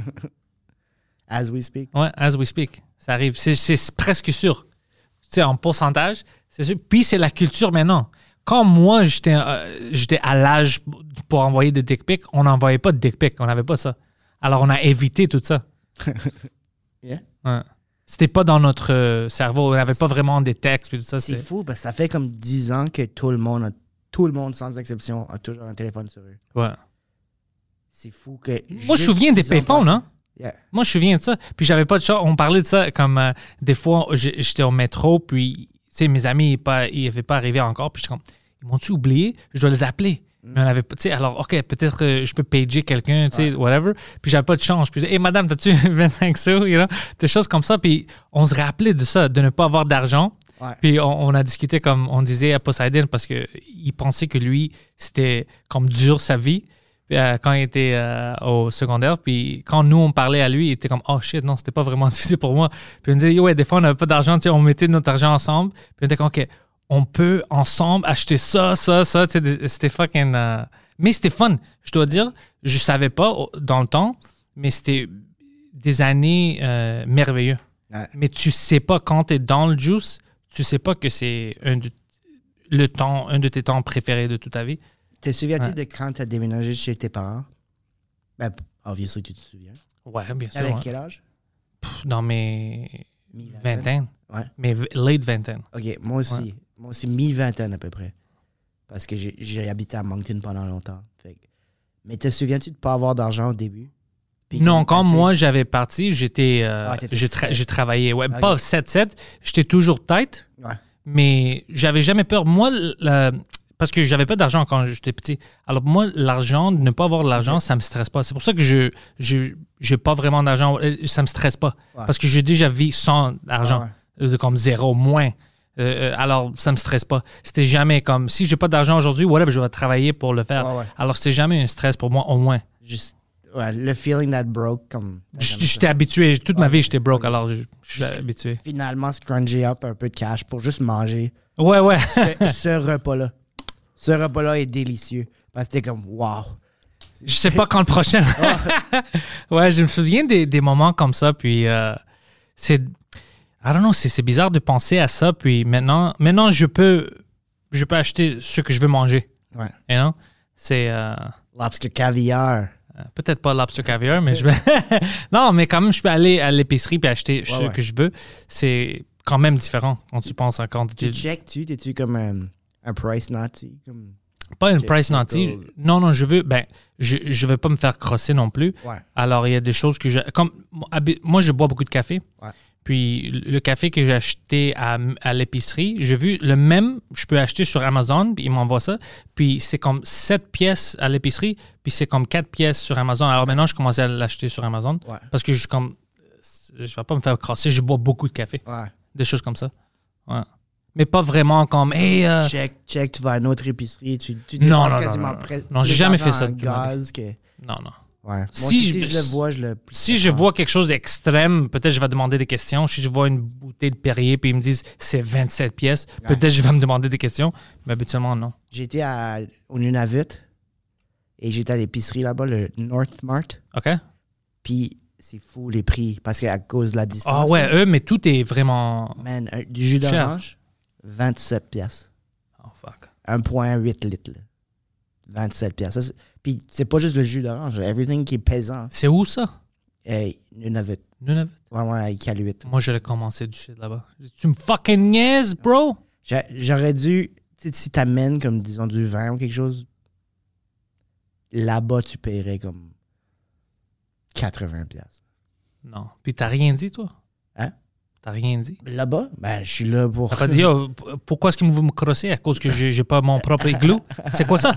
S4: as we speak.
S3: Ouais, as we speak. Ça arrive. C'est, c'est presque sûr. Tu sais, en pourcentage, c'est sûr. Puis c'est la culture maintenant. Quand moi, j'étais, euh, j'étais à l'âge pour envoyer des dick pics, on n'envoyait pas de dick pics. On n'avait pas ça. Alors, on a évité tout ça.
S4: Yeah.
S3: Ouais. C'était pas dans notre euh, cerveau. On n'avait pas vraiment des textes et tout ça.
S4: C'est
S3: C'est...
S4: fou, parce que ça fait comme dix ans que tout le monde, a, tout le monde sans exception, a toujours un téléphone sur eux.
S3: Ouais.
S4: C'est fou que...
S3: Moi, je me
S4: juste
S3: souviens des
S4: dix ans
S3: payphones,
S4: passés-
S3: hein?
S4: Yeah.
S3: Moi, je me souviens de ça. Puis j'avais pas de chance. On parlait de ça comme euh, des fois, j'ai- j'étais au métro, puis tu sais, mes amis, ils pas- ils n'avaient pas arrivé encore. Puis j'étais comme, ils m'ont-tu oublié? Je dois les appeler. Mais on avait pas, tu sais, alors, OK, peut-être euh, je peux pager quelqu'un, tu sais, whatever. Puis j'avais pas de change. Puis je disais, hey, madame, t'as-tu vingt-cinq sous? You know? Des choses comme ça. Puis on se rappelait de ça, de ne pas avoir d'argent.
S4: Ouais.
S3: Puis on, on a discuté comme on disait à Poseidon parce qu'il pensait que lui, c'était comme dur sa vie euh, quand il était euh, au secondaire. Puis quand nous, on parlait à lui, il était comme « Oh shit, non, c'était pas vraiment difficile pour moi. » Puis on disait « Ouais, des fois, on n'avait pas d'argent. Tu sais, on mettait notre argent ensemble. » Puis on était comme « OK, on peut ensemble acheter ça, ça, ça. » Tu sais, des- c'était fucking... euh, Mais c'était fun, je dois dire. Je savais pas au- dans le temps, mais c'était des années euh, merveilleuses.
S4: Ouais.
S3: Mais tu sais pas, quand tu es dans le juice, tu sais pas que c'est un de, le temps, un de tes temps préférés de toute ta vie.
S4: Te souviens-tu
S3: Ouais.
S4: de quand t'as déménagé chez tes parents? Ben, obviously, tu te souviens.
S3: Ouais, bien sûr.
S4: Avec
S3: ouais.
S4: quel âge?
S3: Pff, Dans mes
S4: Mi-vingtaine.
S3: vingtaines.
S4: Ouais.
S3: Mes v- late vingtaines.
S4: OK, moi aussi.
S3: Ouais.
S4: Moi aussi, mi-vingtaine à peu près. Parce que j'ai, j'ai habité à Moncton pendant longtemps. Fait que- Mais te souviens-tu de ne pas avoir d'argent au début? Puis
S3: Non,
S4: comme
S3: quand
S4: assez-
S3: moi j'avais parti, j'étais, euh,
S4: Ah, t'étais
S3: j'ai, tra-
S4: sept.
S3: j'ai travaillé. Ouais,
S4: Ok.
S3: pas sept sept, j'étais toujours tête,
S4: Ouais.
S3: mais j'avais jamais peur. Moi, le- parce que j'avais pas d'argent quand j'étais petit. Alors pour moi, l'argent, ne pas avoir de l'argent, ça me stresse pas. C'est pour ça que je je j'ai pas vraiment d'argent. Ça me stresse pas. Ouais. Parce que j'ai déjà vécu sans argent. Ouais, ouais. Comme zéro, moins. Euh, alors, ça me stresse pas. C'était jamais comme, si j'ai pas d'argent aujourd'hui, whatever, je vais travailler pour le faire. Ouais, ouais. Alors, c'est jamais un stress pour moi, au moins.
S4: Juste, ouais, le feeling that broke, comme...
S3: J'étais habitué. Toute ouais. ma vie, j'étais broke, alors je, je suis habitué.
S4: Finalement, scrunger up un peu de cash pour juste manger.
S3: Ouais, ouais.
S4: ce, ce repas-là. Ce repas-là est délicieux. Parce que c'était comme, wow.
S3: Je sais pas quand le prochain... ouais, je me souviens des, des moments comme ça, puis euh, c'est... I don't know, c'est, c'est bizarre de penser à ça, puis maintenant, maintenant je peux je peux acheter ce que je veux manger.
S4: Ouais.
S3: You know? C'est... Euh,
S4: lobster caviar.
S3: Euh, peut-être pas lobster caviar, mais je vais... non, mais quand même, je peux aller à l'épicerie et acheter ouais, ce ouais. que je veux. C'est quand même différent quand tu penses à quand
S4: tu... Tu check-tu? T'es-tu comme un, un price nazi? Comme...
S3: Pas une price nazi. Non, non, je veux... Ben, je je vais pas me faire crosser non plus.
S4: Ouais.
S3: Alors, il y a des choses que je... Comme, moi, je bois beaucoup de café.
S4: Ouais.
S3: Puis le café que j'ai acheté à, à l'épicerie, j'ai vu le même, je peux acheter sur Amazon, puis ils m'envoient ça. Puis c'est comme sept pièces à l'épicerie, puis c'est comme quatre pièces sur Amazon. Alors maintenant, je commençais à l'acheter sur Amazon.
S4: Ouais.
S3: Parce que je comme je vais pas me faire crosser, je bois beaucoup de café.
S4: Ouais.
S3: Des choses comme ça. Ouais. Mais pas vraiment comme hey, euh...
S4: check, check, tu vas à une autre épicerie, tu, tu
S3: non, non,
S4: quasiment
S3: non, non,
S4: près.
S3: Non, j'ai jamais fait ça.
S4: Gaz que...
S3: Non, non.
S4: Ouais. Moi,
S3: si,
S4: si,
S3: je,
S4: si je le vois, je le...
S3: Si je vois quelque chose d'extrême, peut-être je vais demander des questions. Si je vois une bouteille de Perrier puis ils me disent c'est vingt-sept pièces, ouais. peut-être je vais me demander des questions. Mais habituellement, non.
S4: J'étais à, au Nunavut et j'étais à l'épicerie là-bas, le North Mart.
S3: OK.
S4: Puis c'est fou les prix parce qu'à cause de la distance.
S3: Ah ouais, là, eux, mais tout est vraiment...
S4: Man, un, du jus d'orange, vingt-sept pièces.
S3: Oh fuck.
S4: un virgule huit litres. Là. vingt-sept pièces. Ça, c'est... Puis c'est pas juste le jus d'orange, everything qui est pesant.
S3: C'est où ça?
S4: Hey, Nunavut.
S3: Nunavut?
S4: Ouais, ouais, à Iqaluit.
S3: Moi, j'allais commencer du shit là-bas. Tu me fucking niaises, bro?
S4: J'a, j'aurais dû, tu sais, si t'amènes comme, disons, du vin ou quelque chose, là-bas, tu paierais comme quatre-vingts pièces.
S3: Non. Puis t'as rien dit, toi?
S4: Hein?
S3: T'as rien dit?
S4: Là-bas? Ben, je suis là pour...
S3: T'as pas dit, oh, pourquoi est-ce qu'ils vont me crosser à cause que j'ai, j'ai pas mon propre igloo? C'est quoi ça?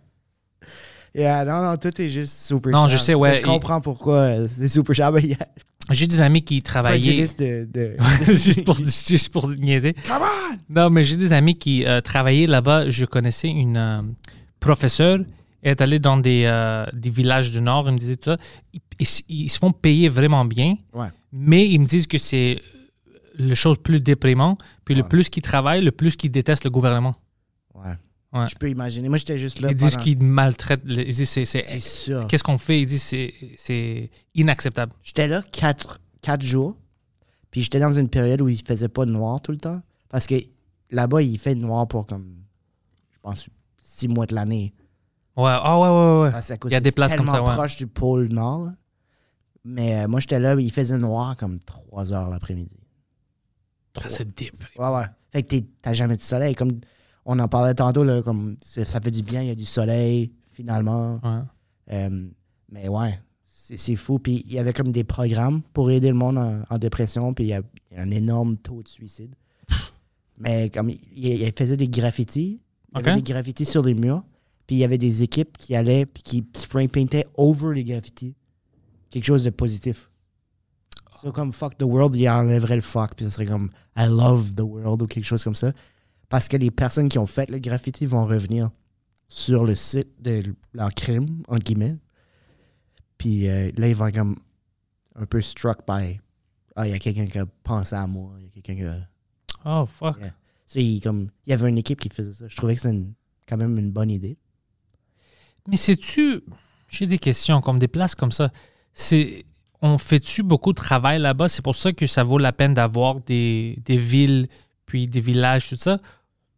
S4: Yeah, non, non, tout est juste super
S3: non,
S4: cher.
S3: Je sais, ouais.
S4: Mais je comprends pourquoi c'est super cher. Mais yeah.
S3: J'ai des amis qui travaillaient...
S4: de, de...
S3: juste, pour, juste pour niaiser.
S4: Come on!
S3: Non, mais j'ai des amis qui euh, travaillaient là-bas. Je connaissais une euh, professeure. Elle est allée dans des, euh, des villages du Nord. Elle me disait tout ça. Ils, ils, ils se font payer vraiment bien.
S4: Ouais.
S3: Mais ils me disent que c'est la chose plus déprimante. Puis ouais. le plus qu'ils travaillent, le plus qu'ils détestent le gouvernement.
S4: Ouais.
S3: Ouais.
S4: Je peux imaginer. Moi, j'étais juste là.
S3: Ils disent
S4: pendant...
S3: qu'ils maltraitent. Ils disent c'est, c'est,
S4: c'est sûr.
S3: Qu'est-ce qu'on fait? Ils disent c'est, c'est inacceptable.
S4: J'étais là quatre, quatre jours. Puis j'étais dans une période où il faisait pas noir tout le temps. Parce que là-bas, il fait noir pour comme, je pense, six mois de l'année.
S3: Ouais, ah ouais, ouais, ouais.
S4: Parce
S3: il y a des places comme ça.
S4: Tellement
S3: ouais.
S4: proche du pôle Nord. Là. Mais euh, moi, j'étais là, il faisait noir comme trois heures l'après-midi.
S3: Ah, c'est deep.
S4: Ouais, ouais. Fait que t'es, t'as jamais de soleil. Comme on en parlait tantôt, là, comme ça fait du bien, il y a du soleil, finalement.
S3: Ouais.
S4: Euh, mais ouais, c'est, c'est fou. Puis il y avait comme des programmes pour aider le monde en, en dépression, puis il y, a, il y a un énorme taux de suicide. Mais comme il, il faisait des graffitis, il y
S3: okay.
S4: avait des graffitis sur les murs, puis il y avait des équipes qui allaient, puis qui spray-paintaient over les graffitis. Quelque chose de positif. So, comme fuck the world, il enlèverait le fuck, puis ça serait comme I love the world ou quelque chose comme ça. Parce que les personnes qui ont fait le graffiti vont revenir sur le site de leur crime, entre guillemets. Puis euh, là, ils vont être comme un peu struck by ah, il y a quelqu'un qui a pensé à moi, il y a quelqu'un qui a.
S3: Oh, fuck.
S4: Yeah. So, il, comme, il y avait une équipe qui faisait ça. Je trouvais que c'était une, quand même une bonne idée.
S3: Mais sais-tu, j'ai des questions, comme des places comme ça. C'est, on fait-tu beaucoup de travail là-bas? C'est pour ça que ça vaut la peine d'avoir des, des villes, puis des villages, tout ça.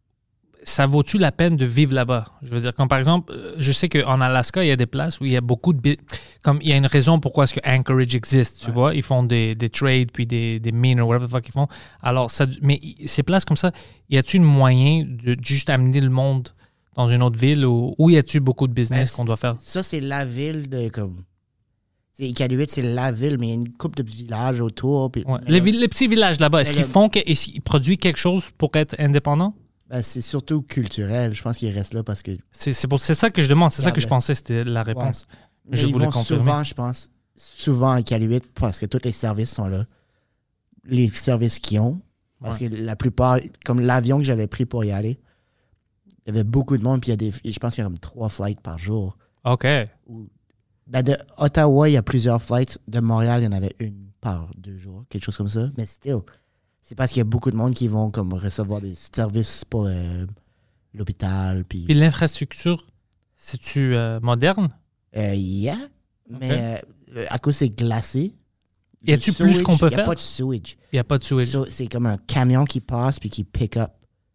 S3: Ça vaut-tu la peine de vivre là-bas? Je veux dire, comme par exemple, je sais qu'en Alaska, il y a des places où il y a beaucoup de... Comme il y a une raison pourquoi est-ce que Anchorage existe, tu ouais. vois? Ils font des, des trades, puis des, des mines, ou whatever the fuck ils font. Alors, ça, mais ces places comme ça, y a-t-il un moyen de, de juste amener le monde dans une autre ville, ou, ou y a-t-il beaucoup de business ben, qu'on doit faire?
S4: Ça, c'est la ville de... comme Iqaluit, c'est la ville, mais il y a une couple de villages autour. Puis,
S3: ouais. les, les petits villages là-bas, est-ce qu'ils font, est-ce qu'ils produisent quelque chose pour être indépendants?
S4: Ben, c'est surtout culturel. Je pense qu'il reste là parce que...
S3: C'est, c'est, pour, c'est ça que je demande. C'est
S4: Yeah,
S3: ça que je
S4: ben,
S3: pensais, c'était la réponse.
S4: ouais.
S3: Je
S4: ils
S3: voulais
S4: vont
S3: confirmer.
S4: souvent, je pense, souvent à Iqaluit parce que tous les services sont là. Les services qu'ils ont. Parce
S3: Ouais.
S4: que la plupart, comme l'avion que j'avais pris pour y aller, il y avait beaucoup de monde. Puis il y a des, je pense qu'il y a comme trois flights par jour.
S3: OK.
S4: Ben, de Ottawa, il y a plusieurs flights. De Montréal, il y en avait une par deux jours. Quelque chose comme ça. Mais still, c'est parce qu'il y a beaucoup de monde qui vont comme recevoir des services pour le, l'hôpital. Puis,
S3: Puis l'infrastructure, c'est-tu euh, moderne?
S4: euh, yeah. Mais euh, à cause c'est glacé.
S3: Y a-tu
S4: le
S3: plus
S4: sewage,
S3: qu'on peut
S4: Il n'y
S3: faire?
S4: a pas de sewage.
S3: Il n'y a pas de sewage.
S4: So, c'est comme un camion qui passe puis qui pick up.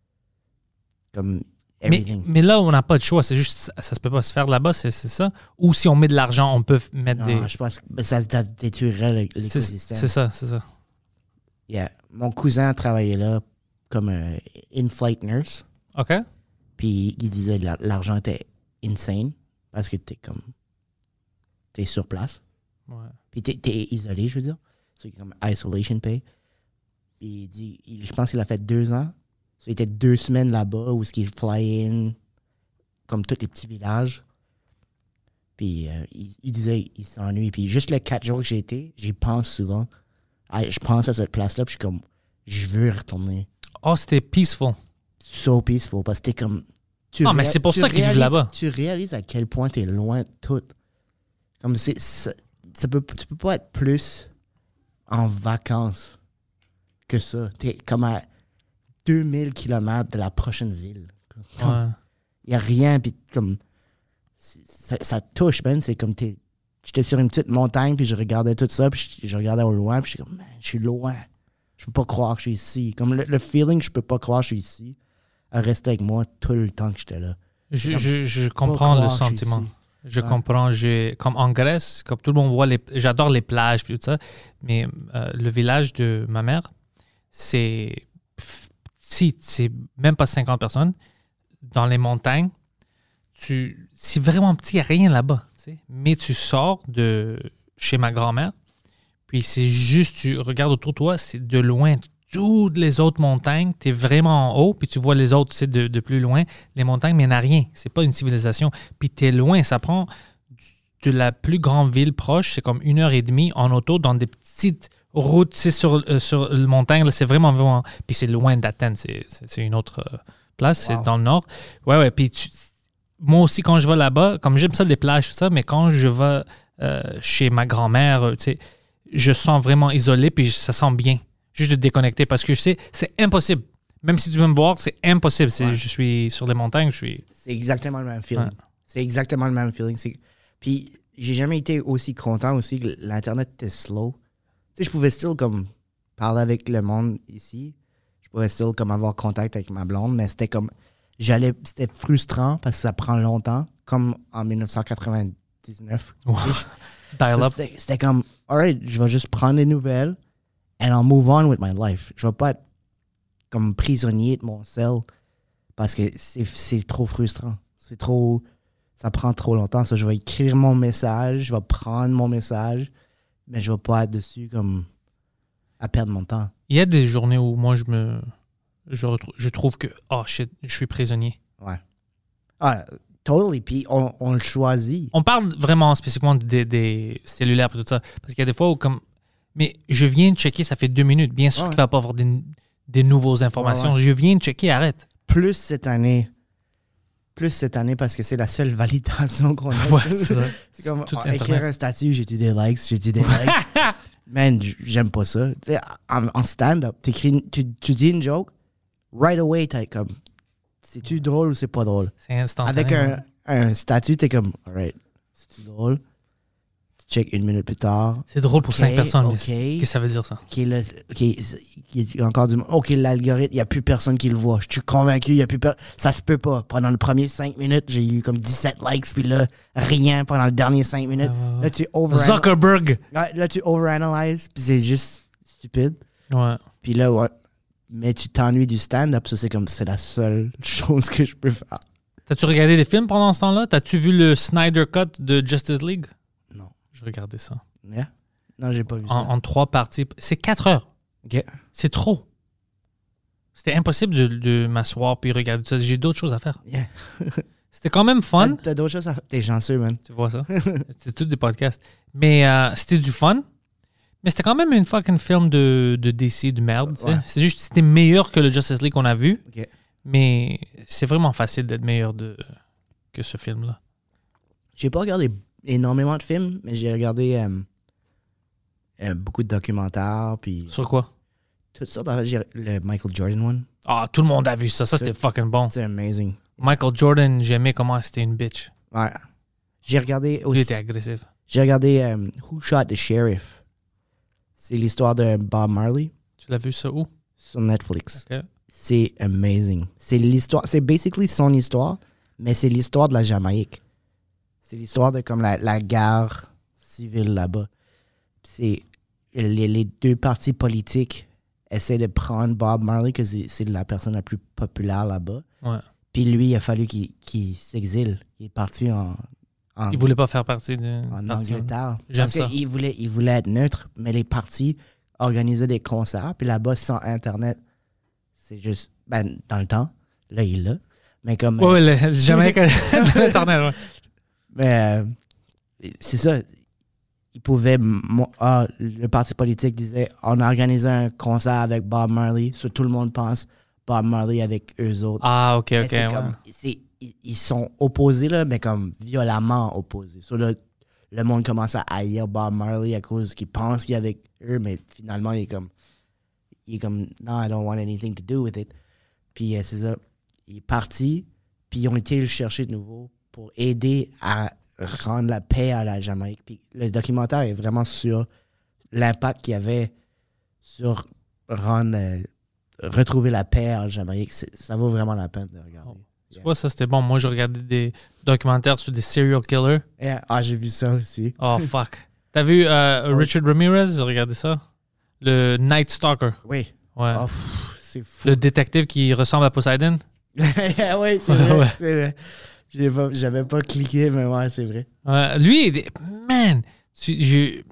S4: Comme
S3: Mais,
S4: everything.
S3: mais là, on n'a pas de choix. C'est juste, ça, ça se peut pas se faire là-bas, c'est, c'est ça? Ou si on met de l'argent, on peut f- mettre
S4: Non,
S3: des...
S4: je pense que ça, ça détruirait l'é-
S3: C'est,
S4: l'écosystème.
S3: c'est ça, c'est ça.
S4: Yeah. Mon cousin a travaillé là comme un in-flight nurse.
S3: OK?
S4: Puis il disait que la- l'argent était insane parce que t'es comme. T'es sur place.
S3: Ouais.
S4: Puis t'es, t'es isolé, je veux dire. C'est comme isolation pay. Puis il dit, il- je pense qu'il a fait deux ans. So, il était deux semaines là-bas où il fly in comme tous les petits villages. Puis euh, il, il disait il s'ennuie. Puis juste les quatre jours que j'ai été, j'y pense souvent. Ah, je pense à cette place-là, puis je suis comme, je veux y retourner.
S3: Oh, c'était peaceful.
S4: So peaceful, parce que t'es comme... Tu
S3: Ah, mais
S4: réa-
S3: c'est pour
S4: tu
S3: ça qu'ils vivent
S4: réalises-
S3: là-bas.
S4: Tu réalises à quel point t'es loin de tout. Comme c'est... Ça, ça peut, tu peux pas être plus en vacances que ça. T'es comme à deux mille kilomètres de la prochaine ville.
S3: Ouais.
S4: Il n'y a rien, puis comme... c'est- Ça, ça te touche, Ben. C'est comme t'es... J'étais sur une petite montagne, puis je regardais tout ça, puis je, je regardais au loin, puis je suis comme, man, je suis loin. Je peux pas croire que je suis ici. Comme le, le feeling, je peux pas croire que je suis ici, a resté avec moi tout le temps que j'étais là.
S3: Je,
S4: Comme,
S3: je, je
S4: pas
S3: comprends le
S4: croire que je suis
S3: sentiment.
S4: ici.
S3: Je
S4: Ouais.
S3: comprends. J'ai, comme en Grèce, comme tout le monde voit, les, j'adore les plages puis tout ça, mais euh, le village de ma mère, c'est petit, c'est même pas cinquante personnes. Dans les montagnes, tu, c'est vraiment petit, il n'y a rien là-bas. Tu sais. Mais tu sors de chez ma grand-mère, puis c'est juste, tu regardes autour de toi, c'est de loin, toutes les autres montagnes, tu es vraiment en haut, puis tu vois les autres, tu sais, de, de plus loin, les montagnes, mais il n'y en a rien. C'est pas une civilisation. Puis tu es loin, ça prend de la plus grande ville proche, c'est comme une heure et demie en auto dans des petites routes, tu sais, sur, euh, sur le montagne, là, c'est vraiment, vraiment... Puis c'est loin d'Athènes, c'est, c'est, c'est une autre euh, place,
S4: Wow.
S3: c'est dans le nord. Ouais, ouais, puis tu- moi aussi, quand je vais là-bas, comme j'aime ça, les plages, tout ça, mais quand je vais euh, chez ma grand-mère, euh, tu sais, je sens vraiment isolé, puis ça sent bien. Juste de déconnecter, parce que je sais, c'est impossible. Même si tu veux me voir, c'est impossible. C'est,
S4: Ouais.
S3: Je suis sur les montagnes, je suis...
S4: C'est exactement le même feeling.
S3: Ouais.
S4: C'est exactement le même feeling. C'est... Puis j'ai jamais été aussi content aussi que l'Internet était slow. Tu sais, je pouvais still comme parler avec le monde ici. Je pouvais still comme avoir contact avec ma blonde, mais c'était comme... J'allais, c'était frustrant parce que ça prend longtemps, comme en dix-neuf cent quatre-vingt-dix-neuf.
S3: Wow.
S4: Tu sais,
S3: Dial
S4: ça,
S3: up.
S4: C'était, c'était comme, alright, je vais juste prendre des nouvelles and I'll move on with my life. Je vais pas être comme prisonnier de mon cell parce que c'est, c'est trop frustrant. C'est trop, ça prend trop longtemps. Ça, je vais écrire mon message, je vais prendre mon message, mais je vais pas être dessus comme à perdre mon temps.
S3: Il y a des journées où moi, je me... Je, retrou- je trouve que, oh shit, je suis prisonnier.
S4: Ouais. Ah, totally. Puis on, on le choisit.
S3: On parle vraiment spécifiquement des, des cellulaires et tout ça. Parce qu'il y a des fois où, comme. Mais je viens de checker, ça fait deux minutes. Bien sûr
S4: Ouais.
S3: qu'il va pas avoir des, des nouvelles informations.
S4: Ouais, ouais.
S3: Je viens de checker, arrête.
S4: Plus cette année. Plus cette année parce que c'est la seule validation qu'on a.
S3: Ouais, c'est ça.
S4: C'est comme
S3: Tout
S4: oh,
S3: Internet.
S4: écrire un statut, j'ai dit des likes, j'ai dit des likes. Man, j- j'aime pas ça. Tu sais, en, en stand-up, t'écris- tu, tu dis une joke, right away, t'es comme, c'est-tu drôle ou c'est pas drôle?
S3: C'est instantané.
S4: Avec
S3: ouais.
S4: un, un statut, t'es comme, alright, c'est-tu drôle? Tu check une minute plus tard.
S3: C'est drôle pour
S4: Ok,
S3: cinq personnes, mais
S4: ok.
S3: qu'est-ce que ça veut dire ça?
S4: Ok, là, ok, il y a encore du monde. Ok, l'algorithme, il n'y a plus personne qui le voit. Je suis convaincu, il y a plus per- ça se peut pas. Pendant les premiers cinq minutes, j'ai eu comme dix-sept likes, puis là, rien pendant les derniers cinq minutes.
S3: Ouais, ouais, ouais.
S4: Là, tu over
S3: Zuckerberg!
S4: Ouais, là, tu overanalyses, puis c'est juste stupide.
S3: Ouais.
S4: Puis là, ouais. Mais tu t'ennuies du stand-up, ça, c'est comme, c'est la seule chose que je peux faire.
S3: T'as-tu regardé des films pendant ce temps-là? T'as-tu vu le Snyder Cut de Justice League?
S4: Non.
S3: Je regardais ça.
S4: Yeah? Non, j'ai pas vu
S3: En,
S4: ça.
S3: en trois parties. C'est quatre heures.
S4: Ok.
S3: C'est trop. C'était impossible de, de m'asseoir puis regarder ça. J'ai d'autres choses à faire.
S4: Yeah.
S3: C'était quand même fun.
S4: T'as, t'as d'autres choses à faire. T'es chanceux, man.
S3: Tu vois ça? C'était tous des podcasts. Mais euh, c'était du fun. Mais c'était quand même une fucking film de, de D C de merde.
S4: Ouais.
S3: C'est juste c'était meilleur que le Justice League qu'on a vu.
S4: OK.
S3: Mais c'est vraiment facile d'être meilleur de, que ce film-là.
S4: J'ai pas regardé énormément de films, mais j'ai regardé euh, euh, beaucoup de documentaires, puis
S3: Sur quoi?
S4: toutes sortes. En fait, j'ai le Michael Jordan one.
S3: Ah, tout le monde a vu ça. Ça, c'était fucking bon.
S4: C'est amazing.
S3: Michael Jordan, j'aimais comment c'était une bitch.
S4: Ouais. J'ai regardé
S3: Lui
S4: aussi.
S3: était agressif.
S4: J'ai regardé euh, Who Shot the Sheriff. C'est l'histoire de Bob Marley
S3: Tu l'as vu ça où?
S4: sur Netflix.
S3: OK.
S4: C'est amazing. C'est l'histoire. C'est basically son histoire, mais c'est l'histoire de la Jamaïque. C'est l'histoire de comme la, la guerre civile là-bas. C'est les, les deux partis politiques essaient de prendre Bob Marley, que c'est, c'est la personne la plus populaire là-bas.
S3: Ouais.
S4: Puis lui, il a fallu qu'il, qu'il s'exile. Il est parti en, en,
S3: Il voulait pas faire partie de.
S4: en
S3: partie.
S4: Angleterre.
S3: J'aime
S4: Parce
S3: ça.
S4: qu'il voulait, il voulait être neutre, mais les partis organisaient des concerts. Puis là-bas, sans Internet, c'est juste... Ben, dans le temps, là, il l'a. Mais comme...
S3: Ouais, ouais, le, jamais Internet, ouais.
S4: Mais euh, c'est ça. Ils pouvaient... mo- Ah, le parti politique disait, on a organisé un concert avec Bob Marley. So, tout le monde pense Bob Marley avec eux autres.
S3: Ah, OK,
S4: Mais
S3: OK.
S4: c'est
S3: ouais.
S4: comme- c'est- ils, ils sont opposés, là, mais comme violemment opposés. So, là, le monde commence à haïr Bob Marley à cause qu'il pense qu'il est avec eux, mais finalement, il est comme... Il est comme, non, I don't want anything to do with it. Puis euh, c'est ça. Il est parti, puis ils ont été le chercher de nouveau pour aider à rendre la paix à la Jamaïque. Puis le documentaire est vraiment sur l'impact qu'il y avait sur rendre, euh, retrouver la paix en Jamaïque. C'est- ça vaut vraiment la peine de regarder.
S3: Tu vois, ça, c'était bon. Moi, je regardais des documentaires sur des serial killers.
S4: Yeah. Ah, j'ai vu ça aussi.
S3: Oh, fuck. T'as vu euh, Richard Ramirez? Regardez ça. Le Night Stalker.
S4: Oui.
S3: Ouais.
S4: Oh, pff, c'est fou.
S3: Le détective qui ressemble à Poseidon.
S4: oui, c'est vrai.
S3: Ouais.
S4: C'est vrai. J'ai pas- J'avais pas cliqué, mais ouais, c'est vrai.
S3: Ouais, lui, il est- man, tu- j'ai-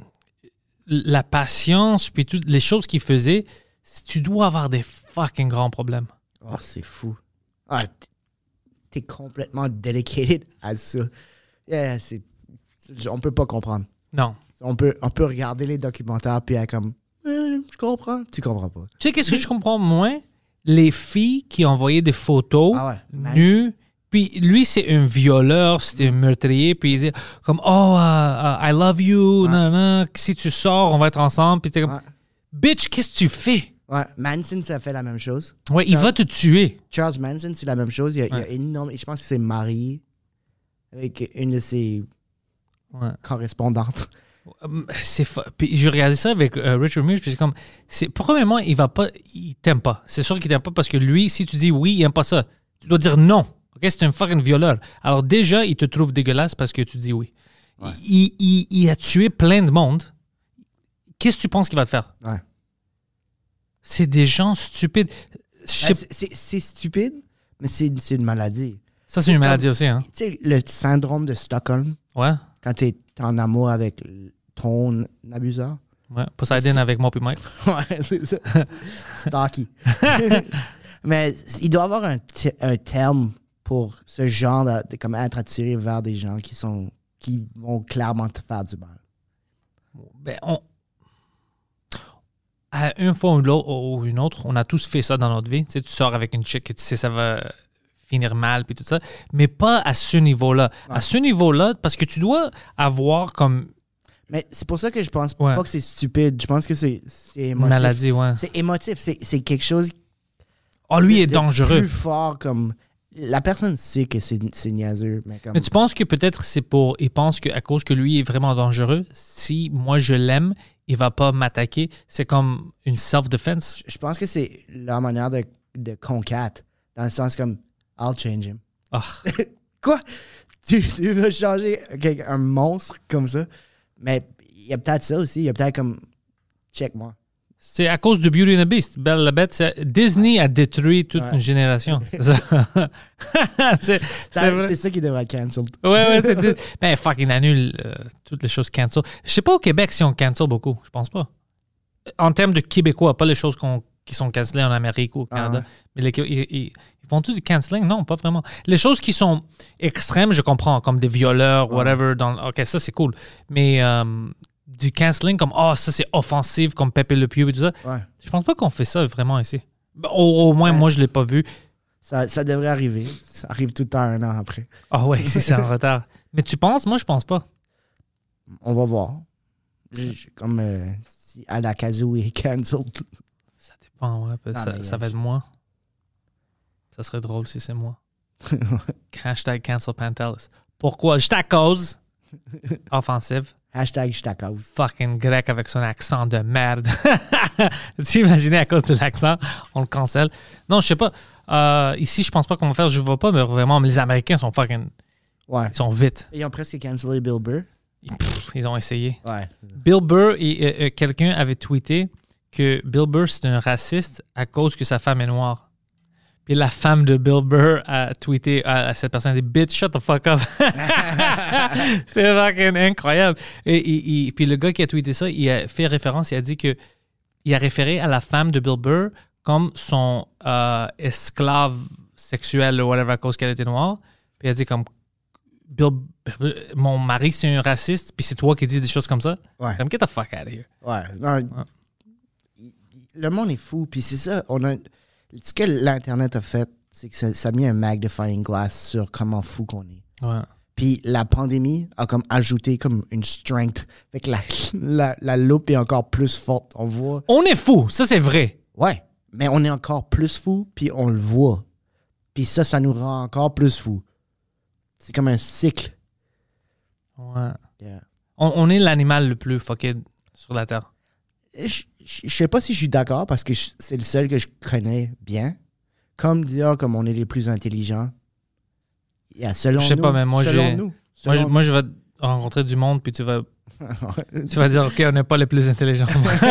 S3: la patience, puis toutes les choses qu'il faisait, tu dois avoir des fucking grands problèmes.
S4: Oh, c'est fou. Ah, t- t'es complètement dedicated à ça. Yeah, c'est... On peut pas comprendre.
S3: Non.
S4: On peut, on peut regarder les documentaires puis être comme, eh, je comprends. Tu comprends pas.
S3: Tu sais, qu'est-ce que je comprends moins? Les filles qui envoyaient des photos
S4: Ah ouais. Man.
S3: nues. Puis lui, c'est un violeur, c'est un meurtrier. Puis il dit comme, oh, uh, uh, I love you.
S4: Ouais.
S3: nan, nan. Si tu sors, on va être ensemble. Puis t'es comme,
S4: Ouais.
S3: bitch, qu'est-ce que tu fais?
S4: Ouais, Manson, ça fait la même chose.
S3: Ouais, il
S4: Ça-
S3: va te tuer.
S4: Charles Manson, c'est la même chose. Il y a, il y a
S3: Ouais.
S4: énorme... Je pense que c'est marié avec une de ses
S3: Ouais.
S4: correspondantes.
S3: Um, C'est fa- puis je regardais ça avec euh, Richard Ramirez, puis c'est comme, c'est premièrement, il va pas, il t'aime pas. C'est sûr qu'il t'aime pas parce que lui, si tu dis oui, il aime pas ça, tu dois dire non. Ok, c'est un fucking violeur. Alors déjà, il te trouve dégueulasse parce que tu dis oui.
S4: Ouais.
S3: Il, il- il a tué plein de monde. Qu'est-ce que tu penses qu'il va te faire?
S4: Ouais.
S3: C'est des gens stupides. Je sais-
S4: Ah, c'est- C'est c'est stupide, mais c'est c'est une maladie.
S3: ça, c'est une
S4: comme-
S3: maladie aussi, hein?
S4: Tu sais, le syndrome de Stockholm,
S3: Ouais.
S4: quand tu es en amour avec ton abuseur.
S3: Ouais. Poseidon
S4: C'est-
S3: avec moi puis Mike.
S4: Ouais, c'est ça. Stocky. Mais il doit y avoir un, te- un terme pour ce genre de, de comme être attiré vers des gens qui sont qui vont clairement te faire du mal.
S3: Ben, on... À une fois ou l'autre- ou une autre, on a tous fait ça dans notre vie. Tu sais, tu sors avec une chick que tu sais ça va finir mal puis tout ça, mais pas à ce niveau-là.
S4: Ouais.
S3: À ce niveau-là, parce que tu dois avoir comme
S4: Mais c'est pour ça que je pense
S3: Ouais.
S4: pas que c'est stupide. Je pense que c'est c'est
S3: une
S4: émotif.
S3: maladie, ouais.
S4: C'est émotif. C'est c'est quelque chose
S3: Oh, lui
S4: de-
S3: est
S4: de
S3: dangereux.
S4: plus fort comme la personne sait que c'est c'est niaiseux, mais comme
S3: Mais tu penses que peut-être c'est pour... Il pense qu'à cause que lui est vraiment dangereux, si moi je l'aime, il va pas m'attaquer. C'est comme une self-defense.
S4: je pense que c'est leur manière de, de conquête. Dans le sens comme I'll change him.
S3: Ah.
S4: Quoi? Tu, tu veux changer quelqu'un- un monstre comme ça? Mais il y a peut-être ça aussi. Il y a peut-être comme check-moi.
S3: C'est à cause de Beauty and the Beast. Belle la bête, c'est- Disney a détruit toute
S4: Ouais.
S3: une génération. C'est ça. c'est c'est
S4: C'est
S3: vrai.
S4: c'est ça qui devrait être cancelled.
S3: Ouais, ouais, c'est. Dis- Ben, fuck, il annule euh, toutes les choses cancel. Je sais pas au Québec si on cancel beaucoup. Je pense pas. En termes de Québécois, pas les choses qu'on qui sont cancellés en Amérique ou au Canada.
S4: Ah ouais.
S3: Mais les, ils, ils, ils font-tu du canceling? Non, pas vraiment. Les choses qui sont extrêmes, je comprends, comme des violeurs,
S4: Ouais.
S3: whatever. Dans, OK, ça, c'est cool. Mais euh, du canceling, comme, oh, ça, c'est offensif, comme Pepe Le Pew et tout ça.
S4: Ouais.
S3: Je pense pas qu'on fait ça vraiment ici. Au, au moins,
S4: Ouais.
S3: moi, je l'ai pas vu.
S4: Ça, ça devrait arriver. Ça arrive tout le temps un an après.
S3: Ah ouais, si c'est en retard. Mais tu penses? Moi, je pense pas.
S4: On va voir. Je- je- Comme euh, si Alakazu est cancelled.
S3: Ça dépend, ouais.
S4: Ah,
S3: ça,
S4: mais,
S3: ça va
S4: euh,
S3: être moi. Ça serait drôle si c'est moi. Hashtag cancel Pantelis. Pourquoi? Juste à cause. Offensive.
S4: Hashtag je t'accuse.
S3: Fucking grec avec son accent de merde. Tu imagines à cause de l'accent, on le cancelle. Non, je sais pas. Euh, ici, je pense pas qu'on va faire. Je vois pas, mais vraiment, les Américains sont fucking.
S4: Ouais.
S3: Ils sont vite.
S4: Ils ont presque cancellé Bill Burr.
S3: Ils, pff, ils ont essayé.
S4: Ouais.
S3: Bill Burr, et, euh, euh, quelqu'un avait tweeté que Bill Burr, c'est un raciste à cause que sa femme est noire. Puis la femme de Bill Burr a tweeté à, à cette personne, elle dit « Bitch, shut the fuck up ». C'était fucking incroyable. Et, et- et- puis le gars qui a tweeté ça, il a fait référence, il a dit que il a référé à la femme de Bill Burr comme son euh, esclave sexuel ou whatever à cause qu'elle était noire. Puis il a dit comme Bill, mon mari c'est un raciste, puis c'est toi qui dis des choses comme ça.
S4: Ouais.
S3: Comme get the fuck out of here.
S4: Ouais. Non, il- Le monde est fou. Puis c'est ça. On a, ce que l'Internet a fait, c'est que ça, ça a mis un magnifying glass sur comment fou qu'on est.
S3: Ouais.
S4: Puis la pandémie a comme ajouté comme une strength. Fait que la, la, la loupe est encore plus forte. On voit.
S3: On est fou, ça c'est vrai.
S4: Ouais. Mais on est encore plus fou, puis on le voit. Puis ça, ça nous rend encore plus fou. C'est comme un cycle.
S3: Ouais.
S4: Yeah.
S3: On, on est l'animal le plus fucké sur la Terre.
S4: Je, je, je sais pas si je suis d'accord parce que je- c'est le seul que je connais bien. Comme dire comme on est les plus intelligents. Yeah, selon
S3: Je sais
S4: nous,
S3: pas, mais moi,
S4: selon
S3: j'ai-
S4: nous,
S3: Moi je,
S4: selon
S3: moi, je vais rencontrer du monde, puis tu vas,
S4: nous.
S3: tu vas dire, OK, on n'est pas les plus intelligents.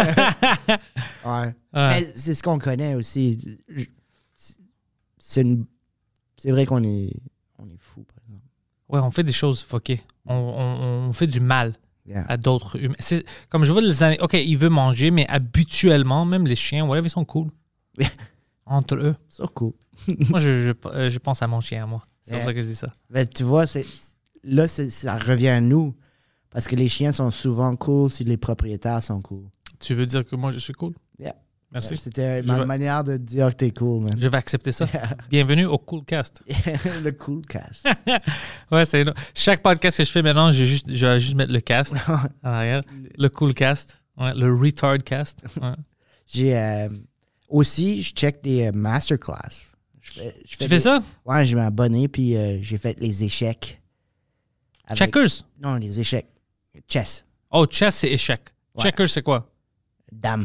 S4: Ouais.
S3: Ouais.
S4: Mais c'est ce qu'on connaît aussi. Je- C'est une- c'est vrai qu'on est, on est fou, par exemple.
S3: Ouais, on fait des choses fuckées. On, on, on fait du mal
S4: Yeah.
S3: à d'autres humains. C'est, comme je vois les années, OK, il veut manger, mais habituellement, même les chiens, whatever, ils sont cool.
S4: Yeah.
S3: Entre eux.
S4: C'est cool.
S3: Moi, je, je, euh, je pense à mon chien, à moi. C'est
S4: Yeah.
S3: pour ça que je dis ça.
S4: Mais tu vois, c'est, là, c'est- ça revient à nous. Parce que les chiens sont souvent cool si les propriétaires sont cool.
S3: Tu veux dire que moi, je suis cool?
S4: Yeah.
S3: Merci.
S4: C'était
S3: Je
S4: ma
S3: vais-
S4: manière de dire que t'es cool, man.
S3: Je vais accepter ça. Bienvenue au Coolcast.
S4: Le cool cast.
S3: Ouais, c'est chaque podcast que je fais maintenant, j'ai juste, je vais juste mettre le cast en arrière. Le Coolcast. Ouais, le Retardcast. Ouais.
S4: J'ai euh, aussi, je check des euh, masterclass. Je fais, je
S3: Tu
S4: fais
S3: fais
S4: des-
S3: ça?
S4: Ouais, j'ai abonné puis euh, j'ai fait les échecs. Avec-
S3: Checkers.
S4: Non, les échecs. Chess.
S3: Oh, chess, c'est échec.
S4: Ouais.
S3: Checkers, c'est quoi?
S4: Dame.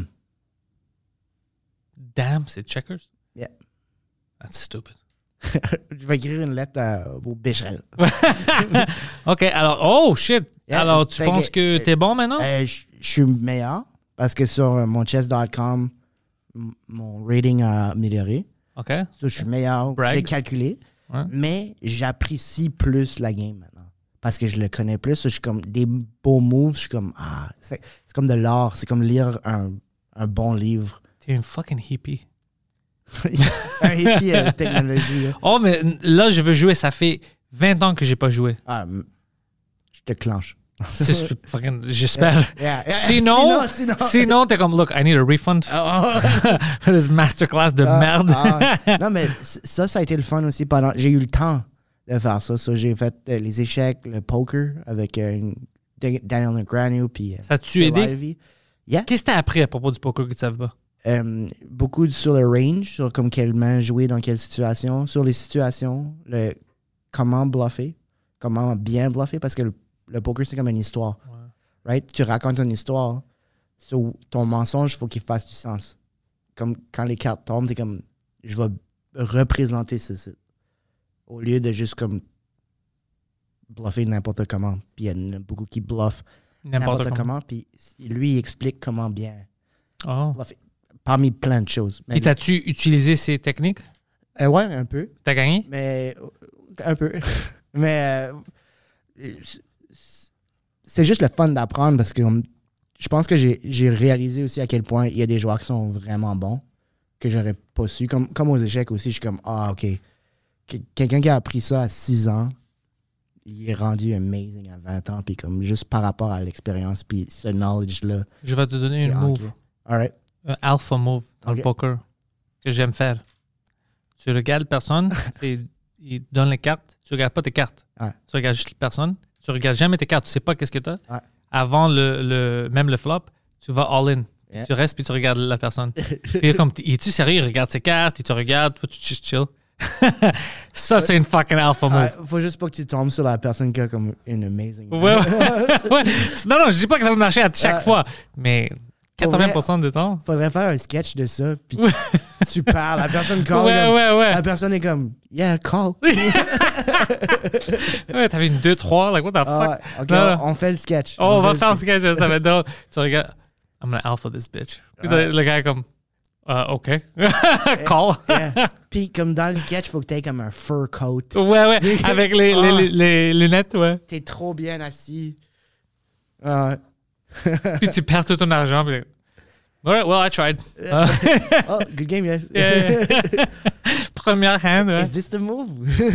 S3: Damn, c'est checkers?
S4: Yeah.
S3: That's stupid.
S4: Je vais écrire une lettre à- au Becherel.
S3: OK, alors, oh shit.
S4: Yeah,
S3: alors, tu
S4: fait
S3: penses
S4: que-
S3: que t'es bon maintenant?
S4: Euh, je je suis meilleur parce que sur euh, mon chess dot com, m- mon rating a amélioré.
S3: OK.
S4: Ça, je suis meilleur.
S3: Brag.
S4: J'ai calculé.
S3: Ouais.
S4: Mais j'apprécie plus la game maintenant. Parce que je le connais plus. Je suis comme des beaux moves. Je suis comme, ah, c'est c'est comme de l'art. C'est comme lire un, un bon livre.
S3: T'es une fucking hippie.
S4: un hippie à la technologie. Là.
S3: Oh, mais là, je veux jouer. Ça fait vingt ans que j'ai pas joué.
S4: Ah, m- je te clenche.
S3: C'est fucking... J'espère.
S4: Yeah, yeah,
S3: Sinon,
S4: sinon, sinon.
S3: sinon, t'es comme, look, I need a refund
S4: Ah,
S3: for this masterclass de
S4: ah,
S3: merde.
S4: ah. Non, mais c- ça, ça a été le fun aussi pendant. J'ai eu le temps de faire ça. Ça, j'ai fait euh, les échecs, le poker avec euh, une- Da- Daniel Negreanu. Puis, euh,
S3: Ça a-tu aidé?
S4: Ivy. Yeah.
S3: Qu'est-ce que t'as appris à propos du poker que tu savais pas?
S4: Euh, beaucoup sur le range, sur comme quelle main jouer dans quelle situation, sur les situations, le comment bluffer, comment bien bluffer, parce que le, le poker, c'est comme une histoire.
S3: Ouais.
S4: Right? Tu racontes une histoire, so, ton mensonge, il faut qu'il fasse du sens. Comme quand les cartes tombent, t'es comme, je vais représenter ceci. Au lieu de juste comme bluffer n'importe comment. Puis il y en a beaucoup qui bluffent
S3: N'importe
S4: n'importe
S3: comment.
S4: comment, puis lui, il explique comment bien
S3: Oh.
S4: bluffer. Parmi plein de choses. Mais
S3: Et t'as-tu utilisé ces techniques?
S4: Euh, ouais, un peu.
S3: T'as gagné?
S4: Mais. euh, Un peu. mais. euh, c'est juste le fun d'apprendre parce que hum, je pense que j'ai j'ai réalisé aussi à quel point il y a des joueurs qui sont vraiment bons. que j'aurais pas su. Comme, comme aux échecs aussi, je suis comme, ah, OK. Que- quelqu'un qui a appris ça à six ans, il est rendu amazing à vingt ans, puis comme juste par rapport à l'expérience, puis ce knowledge-là.
S3: Je vais te donner
S4: qui
S3: une
S4: est
S3: move,
S4: ancré. All right.
S3: un alpha move dans
S4: Ok.
S3: le poker que j'aime faire. Tu regardes personne, c'est- il te donne les cartes, tu regardes pas tes cartes.
S4: Ouais.
S3: Tu regardes juste la personne, tu regardes jamais tes cartes, tu sais pas qu'est-ce que tu as.
S4: Ouais.
S3: Avant le, le, même le flop, tu vas all-in.
S4: Yeah.
S3: Tu restes puis tu regardes la personne. Puis comme, es-tu sérieux? Il regarde ses cartes, il te regarde, toi tu juste chill. Ça, c'est une fucking alpha move.
S4: Ouais, faut juste pas que tu tombes sur la personne qui a comme une amazing.
S3: Ouais, ouais. Ouais. Non, non, je dis pas que ça va marcher à chaque
S4: Ouais.
S3: fois, mais quatre-vingts pour cent du temps.
S4: Faudrait faire un sketch de ça, puis tu, tu parles, la personne call.
S3: Ouais,
S4: comme-
S3: ouais, ouais.
S4: La personne est comme, yeah, call.
S3: Ouais, t'avais une deux trois, like what the
S4: Ah,
S3: fuck?
S4: ouais, ok,
S3: Non,
S4: on,
S3: non.
S4: on fait le sketch.
S3: Oh, on va
S4: fait
S3: faire
S4: le
S3: ce sketch, ça va être drôle. Tu regardes, I'm gonna alpha this bitch. Puis
S4: Ouais.
S3: le gars est comme, uh, OK. Call.
S4: Yeah. Puis comme dans le sketch, faut que t'aies comme un fur coat.
S3: Ouais, ouais, avec les,
S4: Ah.
S3: les, les, les lunettes, ouais.
S4: T'es trop bien assis. Ah,
S3: Puis tu perds tout ton argent. Puis, all right, well, I tried. Uh,
S4: oh, good game, yes.
S3: yeah. Première hand, ouais.
S4: Is this the move?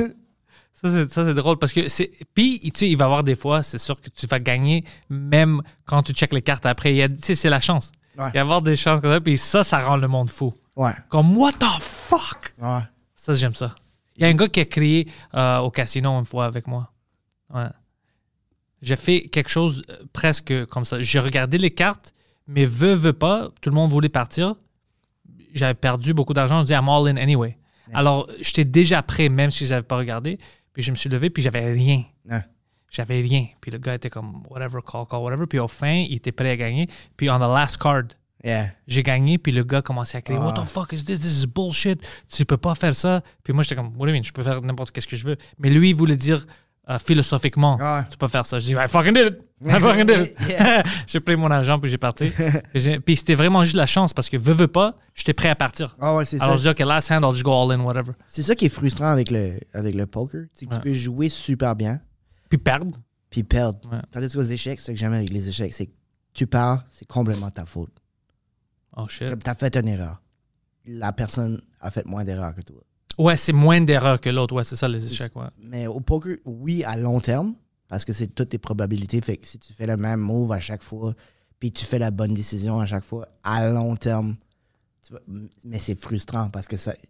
S3: Ça, c'est, ça, c'est drôle parce que c'est. Puis, tu sais, il va y avoir des fois, c'est sûr que tu vas gagner même quand tu checkes les cartes après. Il y a, tu sais, c'est la chance.
S4: Ouais.
S3: Il va y avoir des chances comme ça. Puis ça, ça rend le monde fou.
S4: Ouais.
S3: Comme, what the fuck?
S4: Ouais.
S3: Ça, j'aime ça. Il y a un gars qui a crié euh, au casino une fois avec moi. Ouais. J'ai fait quelque chose euh, presque comme ça. J'ai regardé les cartes, mais veux, veux pas, tout le monde voulait partir. J'avais perdu beaucoup d'argent. Je dis, I'm all in anyway.
S4: Yeah.
S3: Alors, j'étais déjà prêt, même si je n'avais pas regardé. Puis je me suis levé, puis j'avais rien.
S4: Ouais.
S3: J'avais rien. Puis le gars était comme, whatever, call, call, whatever. Puis au fin, il était prêt à gagner. Puis on the last card,
S4: Yeah.
S3: j'ai gagné, puis le gars commençait à crier,
S4: Ah.
S3: what the fuck is this? This is bullshit. Tu peux pas faire ça. Puis moi, j'étais comme, what do you mean? Je peux faire n'importe qu'est-ce que je veux. Mais lui, il voulait dire euh, philosophiquement,
S4: Ah.
S3: tu peux pas faire ça. Je dis, I fucking did it. I fucking did it.
S4: Yeah.
S3: J'ai pris mon argent, puis j'ai parti. Puis j'ai- puis c'était vraiment juste la chance, parce que veux, veux pas, j'étais prêt à partir.
S4: Ah ouais, c'est ça.
S3: Alors je dis, OK, last hand, I'll just go all in, whatever.
S4: C'est ça qui est frustrant avec le, avec le poker. C'est que
S3: Ouais.
S4: tu peux jouer super bien,
S3: Puis perdre.
S4: puis perdre.
S3: Ouais.
S4: Tandis qu'aux échecs, c'est ce que j'aime avec les échecs, c'est que tu pars, c'est complètement ta faute.
S3: Oh shit.
S4: Comme t'as fait une erreur. La personne a fait moins d'erreurs que toi.
S3: Ouais, c'est moins d'erreurs que l'autre. Ouais, c'est ça, les échecs, ouais.
S4: Mais au poker, oui, à long terme, parce que c'est toutes tes probabilités. Fait que si tu fais le même move à chaque fois, puis tu fais la bonne décision à chaque fois, à long terme, tu vas- mais c'est frustrant parce que ça.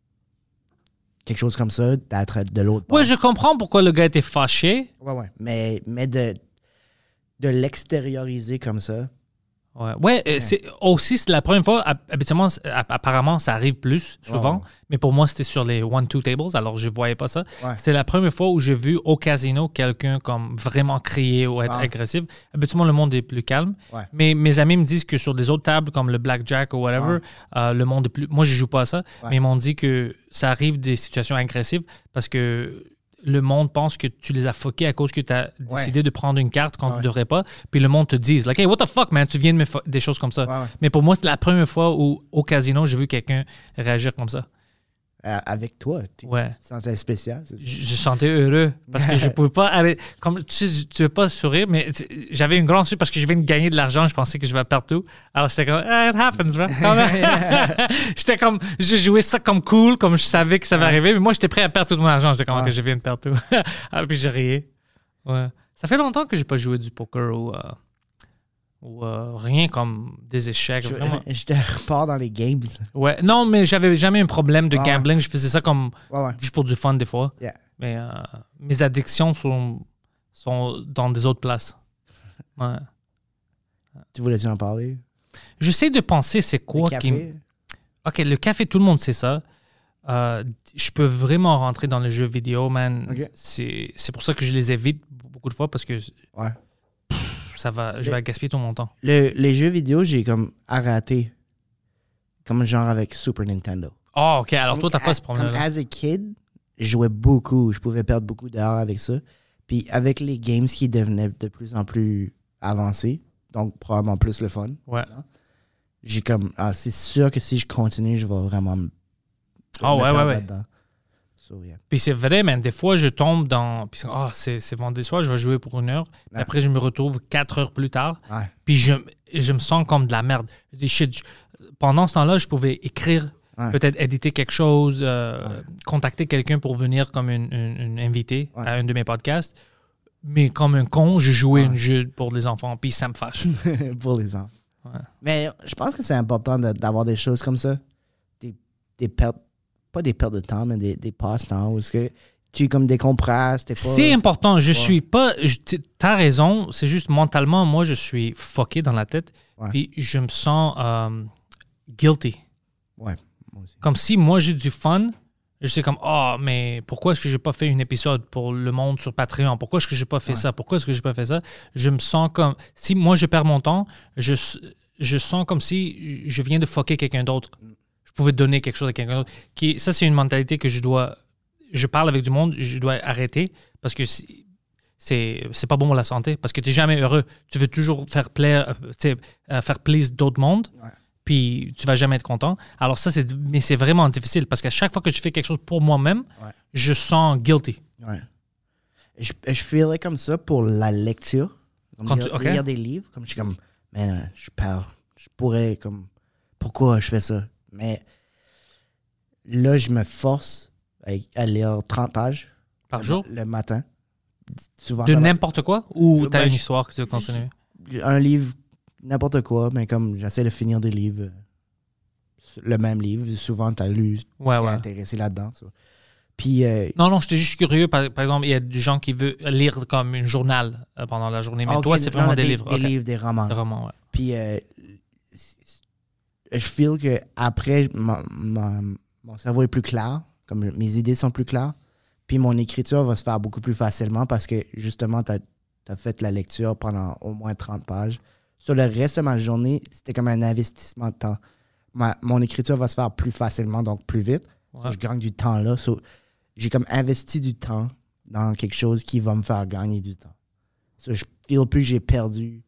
S4: Quelque chose comme ça, d'être de l'autre bord.
S3: Ouais, je comprends pourquoi le gars était fâché.
S4: Ouais, ouais. Mais, mais de, de l'extérioriser comme ça.
S3: Ouais, ouais, euh, c'est aussi c'est la première fois. hab- Habituellement, c'est- app- apparemment, ça arrive plus souvent.
S4: Ouais, ouais.
S3: Mais pour moi, c'était sur les one-two tables, alors je voyais pas ça.
S4: Ouais.
S3: C'est la première fois où j'ai vu au casino quelqu'un comme vraiment crier ou être
S4: Ah.
S3: agressif. Habituellement, le monde est plus calme.
S4: Ouais.
S3: Mais mes amis me disent que sur des autres tables comme le blackjack ou whatever, euh, le monde est plus. Moi, je joue pas à ça,
S4: Ouais.
S3: mais ils m'ont dit que ça arrive des situations agressives parce que le monde pense que tu les as fuckés à cause que tu as décidé de prendre une carte quand
S4: Ouais.
S3: tu devrais pas. Puis le monde te dit, like, hey, what the fuck, man, tu viens de me fu- des choses comme ça.
S4: Ouais, ouais.
S3: Mais pour moi, c'est la première fois où au casino, j'ai vu quelqu'un réagir comme ça.
S4: Euh, avec toi, tu
S3: Ouais.
S4: te sentais spécial. c'est ça?
S3: Je, je sentais heureux parce que je pouvais pas arrêter. Comme tu ne veux pas sourire, mais tu- j'avais une grande suite parce que je viens de gagner de l'argent. Je pensais que je vais partout. Alors j'étais comme, ah, it happens, bro. J'étais comme, j'ai joué ça comme cool, comme je savais que ça va arriver. Mais moi, j'étais prêt à perdre tout mon argent. J'étais comme,
S4: Ouais.
S3: que je viens de perdre tout. Alors puis j'ai rié. Ouais. Ça fait longtemps que j'ai pas joué du poker ou, euh, ou euh, rien comme des échecs.
S4: Je,
S3: Vraiment.
S4: je te repars dans les games.
S3: Ouais. Non, mais j'avais jamais un problème de
S4: Ah ouais.
S3: gambling. Je faisais ça comme
S4: Ouais, ouais.
S3: juste pour du fun des fois.
S4: Yeah.
S3: Mais euh, mes addictions sont, sont dans des autres places. Ouais.
S4: Tu voulais-tu en parler?
S3: J'essaie de penser c'est quoi
S4: Le
S3: qui...
S4: café?
S3: OK, le café, tout le monde sait ça. Euh, je peux vraiment rentrer dans les jeux vidéo, man.
S4: OK.
S3: C'est, c'est pour ça que je les évite beaucoup de fois parce que
S4: Ouais.
S3: ça va, je vais gaspiller tout mon temps.
S4: Le- les jeux vidéo, j'ai comme arrêté. Comme genre avec Super Nintendo.
S3: Oh, OK. Alors, toi, t'as
S4: Comme
S3: pas
S4: a-
S3: ce problème-là.
S4: Comme as a kid, je jouais beaucoup. Je pouvais perdre beaucoup d'heures avec ça. Puis avec les games qui devenaient de plus en plus avancés, donc probablement plus le fun,
S3: Ouais.
S4: j'ai comme, ah, c'est sûr que si je continue, je vais vraiment me
S3: Ah,
S4: me
S3: ouais,
S4: perdre
S3: ouais, ouais.
S4: là-dedans. So, yeah.
S3: Puis c'est vrai, man. Des fois, je tombe dans... Puis, ah, c'est, c'est vendredi soir, je vais jouer pour une heure. Puis
S4: Ouais.
S3: après, je me retrouve quatre heures plus tard.
S4: Ouais.
S3: Puis je, je me sens comme de la merde. Je dis, shit, je- pendant ce temps-là, je pouvais écrire
S4: Ouais.
S3: peut-être éditer quelque chose, euh,
S4: Ouais.
S3: contacter quelqu'un pour venir comme une, une, une invité
S4: Ouais.
S3: à un de mes podcasts. Mais comme un con, je jouais
S4: Ouais.
S3: un jeu pour les enfants, puis ça me fâche.
S4: Pour les enfants.
S3: Ouais.
S4: Mais je pense que c'est important de- d'avoir des choses comme ça. Des, des pertes, pas des pertes de temps, mais des, des passe-temps où est-ce que tu comme décompresses. T'es pas...
S3: C'est important. Je
S4: Ouais.
S3: suis pas. je- t- T'as raison. C'est juste mentalement, moi, je suis fucké dans la tête.
S4: Ouais.
S3: Puis je me sens euh, guilty.
S4: Ouais, moi aussi.
S3: Comme si moi, j'ai du fun. Je sais comme, oh, mais pourquoi est-ce que j'ai pas fait un épisode pour le monde sur Patreon? Pourquoi est-ce que j'ai pas fait
S4: Ouais.
S3: ça? Pourquoi est-ce que j'ai pas fait ça? Je me sens comme. Si moi, je perds mon temps, je, je sens comme si je viens de fucker quelqu'un d'autre. Je pouvais donner quelque chose à quelqu'un d'autre. Qui, ça, c'est une mentalité que je dois. Je parle avec du monde, je dois arrêter parce que c'est, c'est, c'est pas bon pour la santé. Parce que tu n'es jamais heureux. Tu veux toujours faire plaire, euh, tu sais, euh, faire plaisir d'autres mondes.
S4: Ouais.
S3: Puis tu vas jamais être content. Alors ça, c'est, mais c'est vraiment difficile parce qu'à chaque fois que je fais quelque chose pour moi-même,
S4: Ouais.
S3: je sens guilty.
S4: Ouais. Je, je feelais comme ça pour la lecture. Comme
S3: Quand
S4: lire,
S3: tu- ok.
S4: lire des livres. Comme je suis comme, man, je perds. Je pourrais, comme, pourquoi je fais ça? Mais là, je me force à, à lire trente pages.
S3: Par
S4: le,
S3: jour?
S4: Le matin. Souvent,
S3: De
S4: ça va-
S3: n'importe quoi? Ou
S4: Euh,
S3: tu as
S4: ben,
S3: une
S4: je-
S3: histoire que tu veux continuer?
S4: un livre, n'importe quoi, mais comme j'essaie de finir des livres, euh, le même livre. Souvent, tu as lu,
S3: Ouais,
S4: t'es
S3: ouais.
S4: intéressé là-dedans. ça. Puis, euh,
S3: Non, non, j'étais juste curieux. Par, par exemple, il y a des gens qui veulent lire comme un journal euh, pendant la journée. Mais
S4: ok,
S3: toi, c'est
S4: non,
S3: vraiment
S4: non,
S3: des, livres.
S4: Des
S3: Ok.
S4: livres, des romans.
S3: Des romans, ouais.
S4: Puis, euh, je feel que après, mon, mon- mon cerveau est plus clair, comme mes idées sont plus claires. Puis, mon écriture va se faire beaucoup plus facilement parce que, justement, tu as fait la lecture pendant au moins trente pages. Sur le reste de ma journée, c'était comme un investissement de temps. Ma- mon écriture va se faire plus facilement, donc plus vite.
S3: Ouais.
S4: So, je gagne du temps là. So, j'ai comme investi du temps dans quelque chose qui va me faire gagner du temps. So, je feel plus que j'ai perdu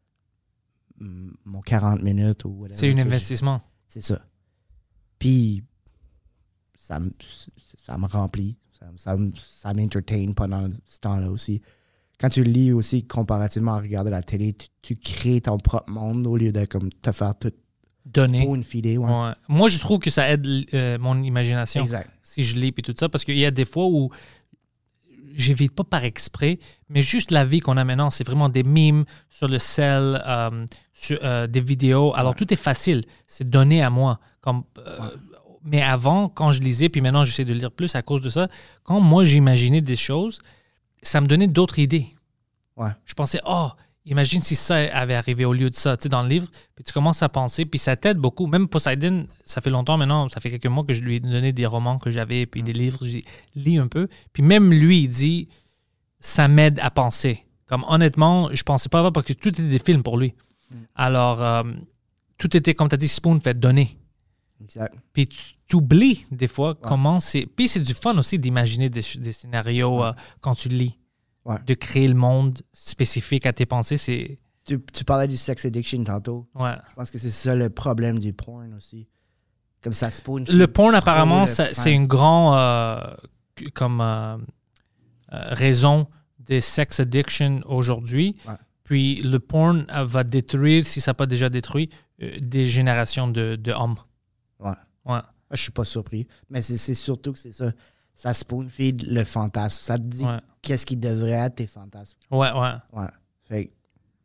S4: mm, mon quarante minutes ou whatever.
S3: C'est un
S4: que
S3: investissement.
S4: j'ai- C'est ça. Puis, ça me, ça me remplit. Ça, ça, me- ça m'entertain pendant ce temps-là aussi. Quand tu lis aussi, comparativement à regarder la télé, tu, tu crées ton propre monde au lieu de comme, te faire tout
S3: Donner.
S4: pour une filet. Ouais.
S3: Ouais. Moi, je trouve que ça aide euh, mon imagination.
S4: Exact.
S3: Si je lis et tout ça, parce qu'il y a des fois où j'évite pas par exprès, mais juste la vie qu'on a maintenant, c'est vraiment des mimes sur le sel, euh, sur, euh, des vidéos. Alors, tout est facile. C'est donné à moi. Comme, euh,
S4: Ouais.
S3: Mais avant, quand je lisais, puis maintenant, j'essaie de lire plus à cause de ça, quand moi, j'imaginais des choses, ça me donnait d'autres idées.
S4: Ouais.
S3: Je pensais, oh, imagine si ça avait arrivé au lieu de ça, tu sais, dans le livre. Puis tu commences à penser, puis ça t'aide beaucoup. Même Poseidon, ça fait longtemps maintenant, ça fait quelques mois que je lui ai donné des romans que j'avais, puis des livres, j'ai lu un peu. Puis même lui, il dit, ça m'aide à penser. Comme honnêtement, je pensais pas avant parce que tout était des films pour lui. Alors, euh, tout était, comme tu as dit, Spoon fait donner.
S4: Exact.
S3: Puis tu oublies des fois comment c'est. Puis c'est du fun aussi d'imaginer des, des scénarios euh, quand tu lis.
S4: Ouais.
S3: De créer le monde spécifique à tes pensées, c'est.
S4: Tu, tu parlais du sex addiction tantôt.
S3: Ouais.
S4: Je pense que c'est ça le problème du porn aussi. Comme ça se pose.
S3: Le porn, apparemment,
S4: le
S3: ça-
S4: fan.
S3: c'est une grande euh, comme euh, euh, raison des sex addiction aujourd'hui.
S4: Ouais.
S3: Puis le porn euh, va détruire, si ça n'a pas déjà détruit, euh, des générations de, de hommes.
S4: Ouais.
S3: Ouais.
S4: Je suis pas surpris. Mais c'est c'est surtout que c'est ça. Ça spoon feed le fantasme. Ça te dit
S3: Ouais.
S4: qu'est-ce qui devrait être tes fantasmes.
S3: Ouais, ouais.
S4: Ouais. Fait que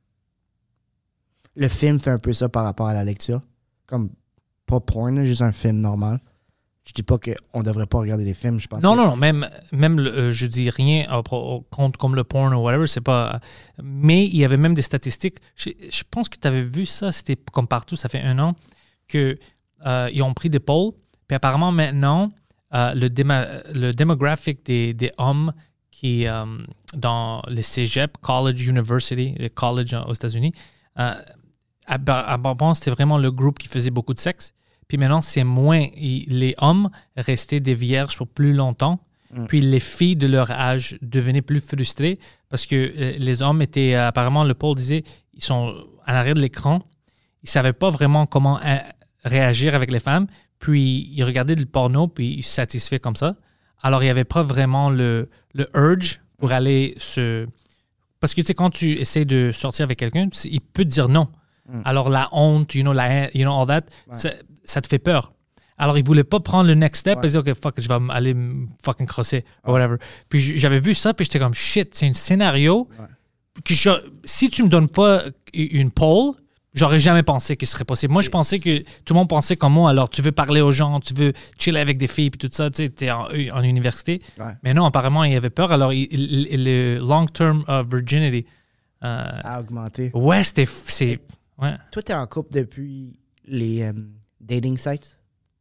S4: le film fait un peu ça par rapport à la lecture. Comme pas porn, là, juste un film normal. Je dis pas qu'on devrait pas regarder des films. Je pense
S3: Non,
S4: que-
S3: non, non, même, même le- euh, je dis rien à pro- au compte comme le porn ou whatever, c'est pas. Mais il y avait même des statistiques. Je, je pense que tu avais vu ça, c'était comme partout, ça fait un an, qu'ils ont pris des polls, puis apparemment maintenant, euh, le, déma- le démographique des, des hommes qui, euh, dans les cégep, college, university, les college aux États-Unis, euh, avant, c'était vraiment le groupe qui faisait beaucoup de sexe. Puis maintenant, c'est moins. Il- les hommes restaient des vierges pour plus longtemps.
S4: Mm.
S3: Puis les filles de leur âge devenaient plus frustrées parce que euh, les hommes étaient, euh, apparemment, le Paul disait, ils sont à l'arrière de l'écran. Ils ne savaient pas vraiment comment euh, réagir avec les femmes. Puis ils regardaient du porno, puis ils se satisfaisaient comme ça. Alors, il n'y avait pas vraiment le, le urge pour aller se... Parce que, tu sais, quand tu essaies de sortir avec quelqu'un, tu sais, il peut te dire non.
S4: Mm.
S3: Alors, la honte, you know, la, you know all that,
S4: Ouais.
S3: ça, ça te fait peur. Alors, il voulait pas prendre le next step
S4: Ouais.
S3: et dire, OK, fuck, je vais aller me fucking crosser, ou whatever. Puis j'avais vu ça, puis j'étais comme, shit, c'est un scénario
S4: Ouais.
S3: que je- si tu me donnes pas une pole, j'aurais jamais pensé que ce serait possible. Moi, je pensais que tout le monde pensait comme moi. Alors, tu veux parler aux gens, tu veux chiller avec des filles, puis tout ça, tu sais, t'es en, en université.
S4: Ouais.
S3: Mais non, apparemment, il avait peur. Alors, il, il- il- le long-term of virginity, euh,
S4: À augmenter.
S3: ouais, c'était... c'est- Ouais.
S4: Toi, t'es en couple depuis les euh, dating sites?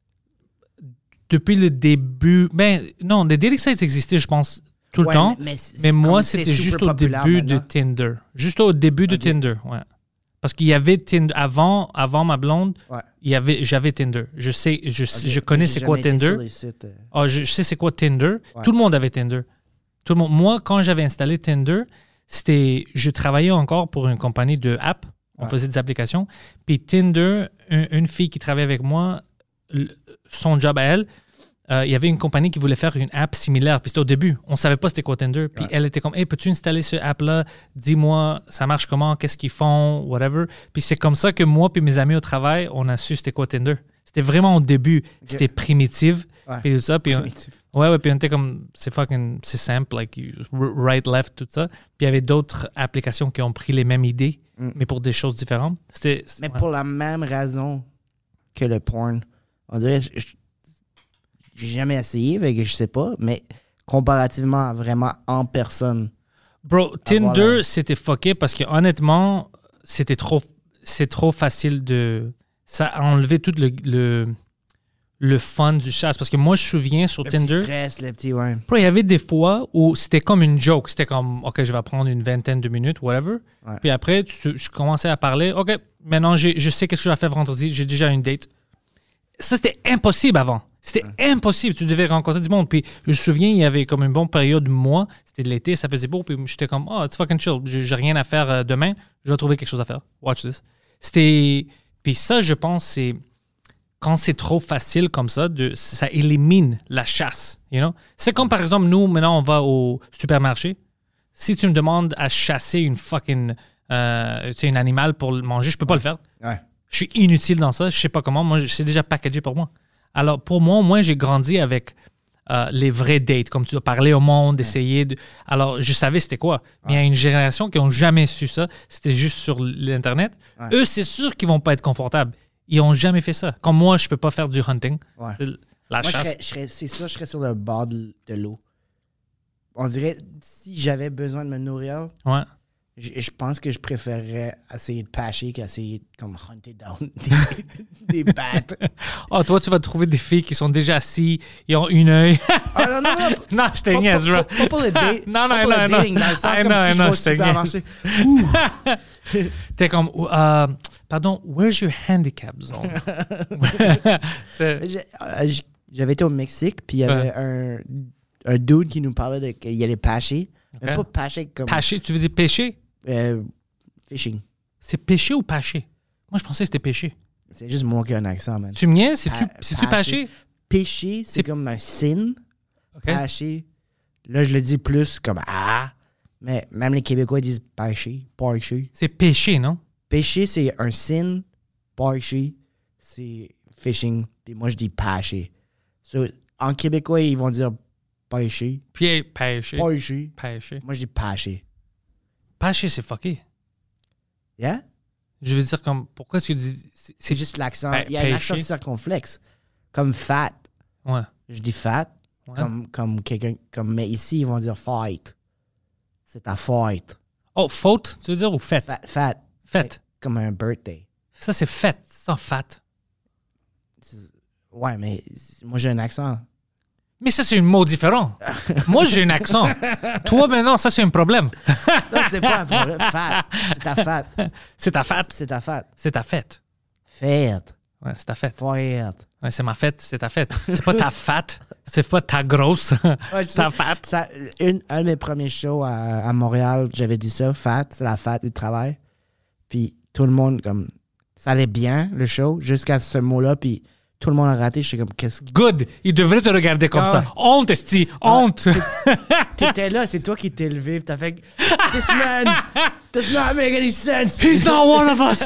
S3: Depuis le début... Ben, non, les dating sites existaient, je pense, tout le
S4: Ouais,
S3: temps.
S4: mais, c'est-
S3: Mais moi,
S4: comme
S3: c'était
S4: c'est
S3: juste
S4: super
S3: au
S4: populaire
S3: début de
S4: maintenant.
S3: Tinder. Juste au début de
S4: Ok.
S3: Tinder, ouais. Parce qu'il y avait Tinder... Avant, avant ma blonde,
S4: Ouais.
S3: il y avait, j'avais Tinder. Je sais, je,
S4: Ok.
S3: je connais
S4: J'ai
S3: c'est quoi
S4: jamais été
S3: Tinder.
S4: sur les sites, euh,
S3: Ah, je, je sais c'est quoi Tinder.
S4: Ouais.
S3: Tout le monde avait Tinder. Tout le monde. Moi, quand j'avais installé Tinder, c'était, je travaillais encore pour une compagnie de app. On
S4: Ouais.
S3: faisait des applications. Puis Tinder, un- une fille qui travaillait avec moi, le- son job à elle, euh, il y avait une compagnie qui voulait faire une app similaire. Puis c'était au début. On savait pas c'était quoi Tinder. Puis
S4: Ouais.
S3: elle était comme, hey, peux-tu installer ce app-là? Dis-moi, ça marche comment? Qu'est-ce qu'ils font? Whatever. Puis c'est comme ça que moi puis mes amis au travail, on a su c'était quoi Tinder. C'était vraiment au début. C'était primitif.
S4: Ouais.
S3: Puis tout ça. Puis on-
S4: primitif.
S3: Ouais, ouais, puis on était comme, c'est fucking, c'est simple, like, you- right, left, tout ça. Puis il y avait d'autres applications qui ont pris les mêmes idées,
S4: Mm.
S3: mais pour des choses différentes. C'était,
S4: Mais
S3: ouais.
S4: pour la même raison que le porn, on dirait, je- je- j'ai jamais essayé, fait que je sais pas, mais comparativement à vraiment en personne.
S3: Bro, Tinder,
S4: voilà.
S3: c'était fucké parce que honnêtement, c'était trop, c'est trop facile de, ça a enlevé tout le, le, le fun du chasse. Parce que moi, je me souviens sur
S4: Le
S3: Tinder,
S4: petit stress, le petit, ouais.
S3: bro, il y avait des fois où c'était comme une joke. C'était comme, OK, je vais prendre une vingtaine de minutes, whatever.
S4: Ouais.
S3: Puis après, tu, je commençais à parler. OK, maintenant, j'ai- je sais qu'est-ce que je vais faire vendredi. J'ai déjà une date. Ça, c'était impossible avant. C'était impossible. Tu devais rencontrer du monde. Puis je me souviens, il y avait comme une bonne période, moi. C'était de l'été, ça faisait beau. Puis j'étais comme, oh, it's fucking chill. J'ai j'ai rien à faire euh, demain. Je vais trouver quelque chose à faire. Watch this. C'était. Puis ça, je pense, c'est. Quand c'est trop facile comme ça, de, ça élimine la chasse. You know? C'est comme par exemple, nous, maintenant, on va au supermarché. Si tu me demandes à chasser une fucking. Euh, tu sais, un animal pour le manger, je peux pas le faire.
S4: Ouais.
S3: Je suis inutile dans ça. Je sais pas comment. Moi, c'est déjà packagé pour moi. Alors, pour moi, moi, j'ai grandi avec euh, les vrais dates, comme tu as parlé au monde, essayer de. Alors, je savais c'était quoi. Mais il y a une génération qui n'ont jamais su ça. C'était juste sur l'Internet.
S4: Ouais.
S3: Eux, c'est sûr qu'ils vont pas être confortables. Ils n'ont jamais fait ça. Comme moi, je peux pas faire du hunting.
S4: Ouais.
S3: C'est la
S4: Moi, je
S3: chasse.
S4: serais, je serais- c'est sûr, je serais sur le bord de, de l'eau. On dirait, si j'avais besoin de me nourrir,
S3: Ouais.
S4: je, je pense que je préférerais essayer de pêcher qu'essayer de comme hunter down des, des bats.
S3: Oh, toi, tu vas trouver des filles qui sont déjà assises, ils ont une œil.
S4: Ah non, non, non.
S3: non, je te
S4: Pas,
S3: niaise,
S4: pas-
S3: bro.
S4: pas- pas pour le date.
S3: Non, non,
S4: pas pour
S3: non,
S4: le
S3: non.
S4: dating, dans le sens
S3: I
S4: comme
S3: know, I
S4: si
S3: know,
S4: je vais au
S3: je te niaise.
S4: supermarché. Ouh.
S3: T'es comme, euh, pardon, where's your handicap zone? C'est-
S4: J'ai- euh, j'- J'avais été au Mexique, puis il y avait un, un dude qui nous parlait de qu'il allait pêcher. Mais
S3: Ok.
S4: pas pêcher comme
S3: Pêcher, tu veux dire pêcher?
S4: euh, fishing.
S3: C'est pêcher ou pêcher? Moi, je pensais que c'était pêcher.
S4: C'est juste moi qui ai un accent, man.
S3: Tu me niaises? C'est-tu
S4: Pa-
S3: c'est-tu
S4: pêcher.
S3: pêcher?
S4: Pêcher, c'est
S3: C'est-
S4: comme un sin.
S3: OK.
S4: Pêcher. Là, je le dis plus comme ah. Mais même les Québécois ils disent pêcher, pêcher.
S3: C'est pêcher, non?
S4: Pêcher, c'est un sin. Pêcher, c'est fishing. Puis moi, je dis pêcher. So, en québécois, ils vont dire pêcher.
S3: Puis pêcher.
S4: Pêcher.
S3: Pêcher.
S4: Moi, je dis pêcher.
S3: Pêcher, c'est fucké.
S4: Yeah?
S3: Je veux dire, comme, pourquoi tu dis. C'est
S4: C'est juste l'accent.
S3: Pê-
S4: Il y a un accent
S3: pêcher.
S4: circonflexe. Comme fat.
S3: Ouais.
S4: Je dis fat.
S3: Ouais.
S4: Comme, comme quelqu'un. Comme, mais ici, ils vont dire fight. C'est ta fight.
S3: Oh, faute, tu veux dire, ou fête?
S4: Fat. Fat.
S3: Fête.
S4: Comme un birthday.
S3: Ça, c'est fête, ça, fat.
S4: Ouais, mais moi, j'ai un accent.
S3: Mais ça, c'est un mot différent. Moi, j'ai un accent. Toi, maintenant, ça, c'est un problème.
S4: Ça, c'est pas un problème. Fat. C'est ta fat.
S3: C'est ta fête.
S4: C'est ta fat.
S3: C'est ta fête.
S4: Fête.
S3: Ouais, c'est ta fête.
S4: Fête.
S3: Ouais, c'est ma fête, c'est ta fête. C'est pas ta fat, c'est pas ta grosse.
S4: Ouais, tu
S3: ta
S4: sais,
S3: fat.
S4: ça, une, un de mes premiers shows à, à Montréal, j'avais dit ça, fat, c'est la fat du travail. Puis tout le monde, comme, ça allait bien, le show, jusqu'à ce mot-là. Puis tout le monde a raté. Je suis comme, qu'est-ce que.
S3: Good! Il devrait te regarder comme
S4: Ah
S3: ça.
S4: ouais.
S3: Honte, esti! Honte!
S4: T'étais là, c'est toi qui t'es levé, pis t'as fait This man does not make any sense.
S3: He's not one of us!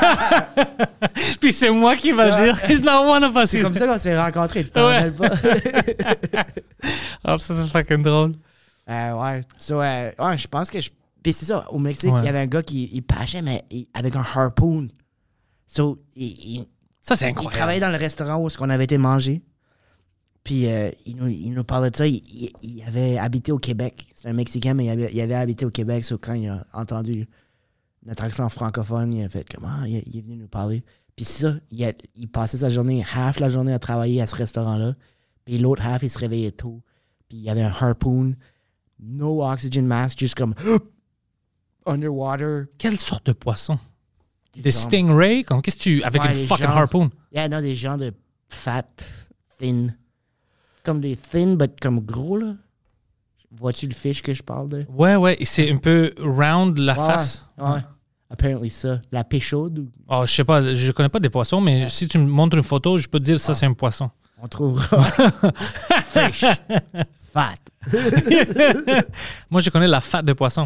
S3: Puis c'est moi qui va
S4: Ouais.
S3: dire He's not one of us!
S4: C'est comme ça qu'on s'est rencontrés, tu t'en
S3: Ouais.
S4: rappelles pas?
S3: Oh, ça, c'est fucking drôle.
S4: Euh, ouais. So, euh, ouais, je pense que je. Puis c'est ça, au Mexique, il
S3: Ouais.
S4: y avait un gars qui il pêchait, mais il- avec un harpoon. So, il, il,
S3: Ça, c'est
S4: il
S3: incroyable.
S4: travaillait dans le restaurant où on avait été manger. Puis euh, il, nous, il nous parlait de ça. Il, il- il avait habité au Québec. C'est un Mexicain, mais il avait, il avait habité au Québec. So, quand il a entendu notre accent francophone, il a fait comme ah, il, il est venu nous parler. Puis c'est ça, il, a- il passait sa journée, half la journée à travailler à ce restaurant-là. Puis l'autre half, il se réveillait tôt. Puis il y avait un harpoon, no oxygen mask, juste comme underwater.
S3: Quelle sorte de poisson? Des
S4: Genre-
S3: stingrays? Comme, qu'est-ce que tu... Avec
S4: Ouais,
S3: une
S4: les
S3: fucking
S4: gens-
S3: harpoon?
S4: Yeah, non, des gens de fat, thin. Comme des thin, but comme gros, là. Vois-tu le fish que je parle de?
S3: Ouais, ouais. Et c'est un peu round la
S4: Ouais,
S3: face.
S4: Ouais. Apparently ça. La péchaude, ou-
S3: Oh, je sais pas. Je connais pas des poissons, mais si tu me montres une photo, je peux te dire ça, c'est un poisson.
S4: on trouvera. Fish. Fat.
S3: Moi, je connais la fat de poisson.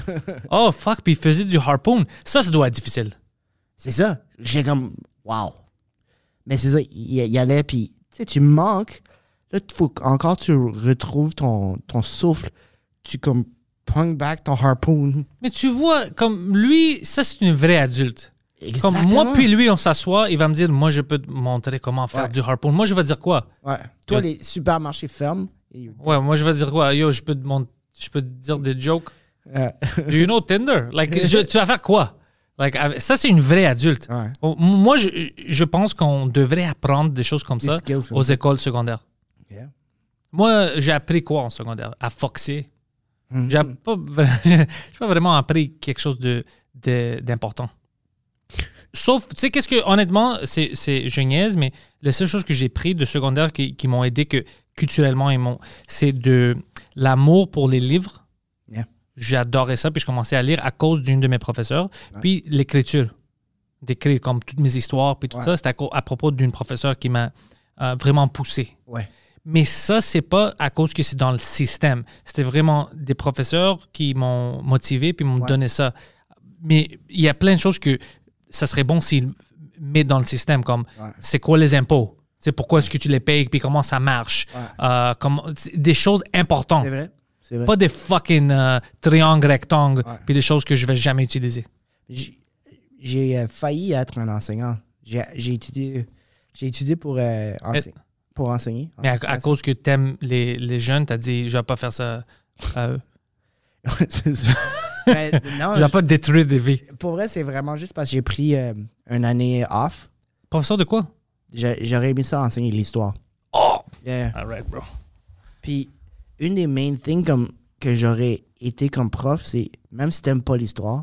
S3: Oh, fuck. Puis il faisait du harpoon. Ça, ça doit être difficile.
S4: C'est ça. J'ai comme, wow. Mais c'est ça, il, il allait, puis, tu sais, tu manques. Là, il faut encore que tu retrouves ton, ton souffle. Tu, comme, pong back ton harpoon.
S3: Mais tu vois, comme lui, ça, c'est une vraie adulte. Comme
S4: Exactement.
S3: moi puis lui, on s'assoit, il va me dire, moi, je peux te montrer comment faire
S4: Ouais.
S3: du harpoon. Moi, je vais dire quoi?
S4: Ouais. Toi,
S3: Ouais.
S4: les supermarchés ferment. Et-
S3: Ouais, moi, je vais dire quoi? Yo, je peux te, mont- je peux te dire des jokes.
S4: Euh,
S3: Do you know Tinder? Like, je- tu vas faire quoi? Like, avec- ça, c'est une vraie adulte.
S4: ouais.
S3: Oh, Moi, je, je pense qu'on devrait apprendre des choses comme
S4: Des
S3: ça
S4: skills comme
S3: aux
S4: ça.
S3: écoles secondaires.
S4: Yeah.
S3: Moi, j'ai appris quoi en secondaire? À foxer.
S4: Mhm.
S3: J'ai pas, vra- j'ai pas vraiment appris quelque chose de, de- d'important. Sauf, tu sais, qu'est-ce que, honnêtement, c'est, c'est, je niaise, mais la seule chose que j'ai pris de secondaire qui, qui m'ont aidé que, culturellement, ils m'ont, c'est de l'amour pour les livres.
S4: Yeah.
S3: J'adorais ça, puis je commençais à lire à cause d'une de mes professeurs.
S4: Ouais.
S3: Puis l'écriture, d'écrire comme toutes mes histoires, puis tout
S4: Ouais.
S3: ça, c'était à, co- à propos d'une professeure qui m'a euh, vraiment poussé.
S4: Ouais.
S3: Mais ça, c'est pas à cause que c'est dans le système. C'était vraiment des professeurs qui m'ont motivé puis m'ont
S4: Ouais.
S3: donné ça. Mais il y a plein de choses que ça serait bon s'ils mettent dans le système, comme
S4: Ouais.
S3: c'est quoi les impôts? C'est pourquoi est-ce que tu les payes puis comment ça marche?
S4: Ouais.
S3: Euh, comment- c'est des choses importantes.
S4: C'est vrai. C'est vrai.
S3: Pas des fucking euh, triangles, rectangles
S4: Ouais.
S3: puis des choses que je vais jamais utiliser.
S4: J'ai- J'ai euh, failli être un enseignant. J'ai j'ai étudié, j'ai étudié pour, euh, ense- pour enseigner.
S3: Mais à, à cause que tu aimes les, les jeunes, tu as dit je vais pas faire ça à eux.
S4: C'est ça. Mais non,
S3: Je vais pas détruire des vies.
S4: je- pour vrai, c'est vraiment juste parce que j'ai pris euh, une année off.
S3: Professeur de quoi?
S4: J'ai- J'aurais aimé ça enseigner l'histoire.
S3: Oh!
S4: Yeah.
S3: All right, bro.
S4: Puis, une des main things comme, que j'aurais été comme prof, c'est même si t'aimes pas l'histoire,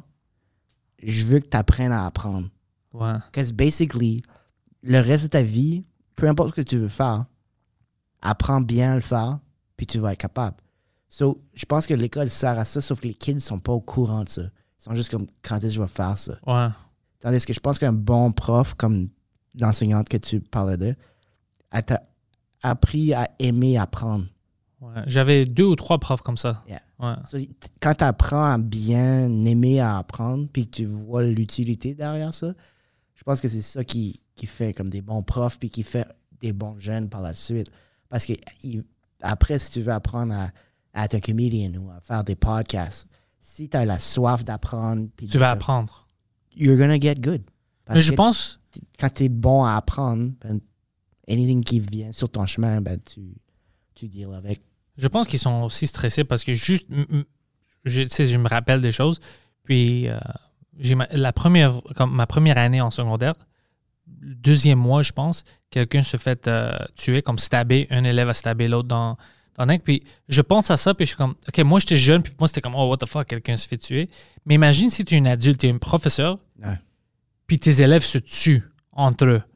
S4: je veux que tu apprennes à apprendre.
S3: Ouais.
S4: Parce que, basically, le reste de ta vie, peu importe ce que tu veux faire, apprends bien à le faire, puis tu vas être capable. So, je pense que l'école sert à ça, sauf que les kids sont pas au courant de ça. Ils sont juste comme, quand est-ce que je vais faire ça?
S3: Ouais.
S4: Tandis que je pense qu'un bon prof, comme l'enseignante que tu parlais de, elle t'a appris à aimer apprendre.
S3: Ouais. J'avais deux ou trois profs comme ça.
S4: Yeah.
S3: Ouais.
S4: So, t- quand tu apprends à bien aimer à apprendre, puis que tu vois l'utilité derrière ça, je pense que c'est ça qui, qui fait comme des bons profs, puis qui fait des bons jeunes par la suite. Parce que il- après, si tu veux apprendre à, à être un comedian ou à faire des podcasts, si tu as la soif d'apprendre, puis
S3: Tu
S4: de-
S3: vas apprendre.
S4: you're gonna get good. Parce
S3: Mais je
S4: que
S3: pense,
S4: t- quand tu es bon à apprendre, ben, anything qui vient sur ton chemin, ben, tu, tu deals avec.
S3: je pense qu'ils sont aussi stressés parce que juste, m- m- je, tu sais, je me rappelle des choses. Puis, euh, j'ai ma, la première, comme ma première année en secondaire, le deuxième mois, je pense, quelqu'un se fait euh, tuer, comme stabber, un élève a stabé l'autre dans, dans le neck. Puis, je pense à ça, puis je suis comme, OK, moi, j'étais jeune, puis moi, c'était comme, oh, what the fuck, quelqu'un se fait tuer. Mais imagine si tu es un adulte, tu es un professeur,
S4: Ouais.
S3: puis tes élèves se tuent entre eux.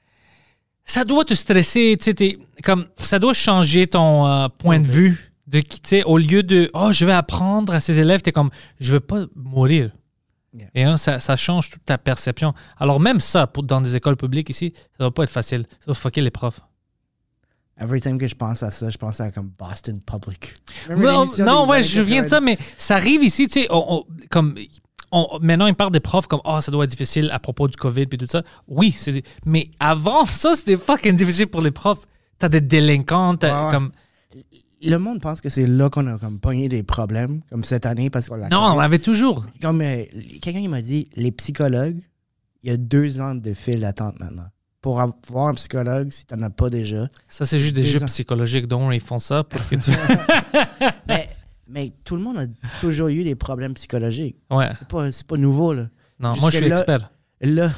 S3: Ça doit te stresser, tu sais, t'es- comme, ça doit changer ton euh, point de vue. De, qui, tu sais, au lieu de, oh, je vais apprendre à ces élèves, tu es comme, je veux pas mourir. Yeah. Et là, ça, ça change toute ta perception. Alors même ça, pour, dans des écoles publiques ici, ça va pas être facile. Ça va fucker les profs.
S4: Every time que je pense à ça, je pense à comme Boston Public.
S3: Non, non ouais, je viens de ça, mais ça arrive ici, tu sais, on, on, comme... On, maintenant, ils parlent des profs comme « Ah, oh, ça doit être difficile à propos du COVID et tout ça. » Oui, c'est, mais avant ça, c'était fucking difficile pour les profs. T'as des délinquants, t'as
S4: ouais,
S3: comme...
S4: Le monde pense que c'est là qu'on a comme pogné des problèmes, comme cette année, parce qu'on l'a...
S3: Non, on l'avait toujours.
S4: Comme euh, quelqu'un il m'a dit, les psychologues, il y a deux ans de file d'attente maintenant. Pour avoir un psychologue, si t'en as pas déjà...
S3: Ça, c'est juste des jeux
S4: ans.
S3: psychologiques dont ils font ça pour que tu...
S4: mais, mais tout le monde a toujours eu des problèmes psychologiques.
S3: Ouais.
S4: C'est pas, c'est pas nouveau, là.
S3: Non,
S4: Jusque
S3: moi, je suis
S4: là,
S3: expert.
S4: Là,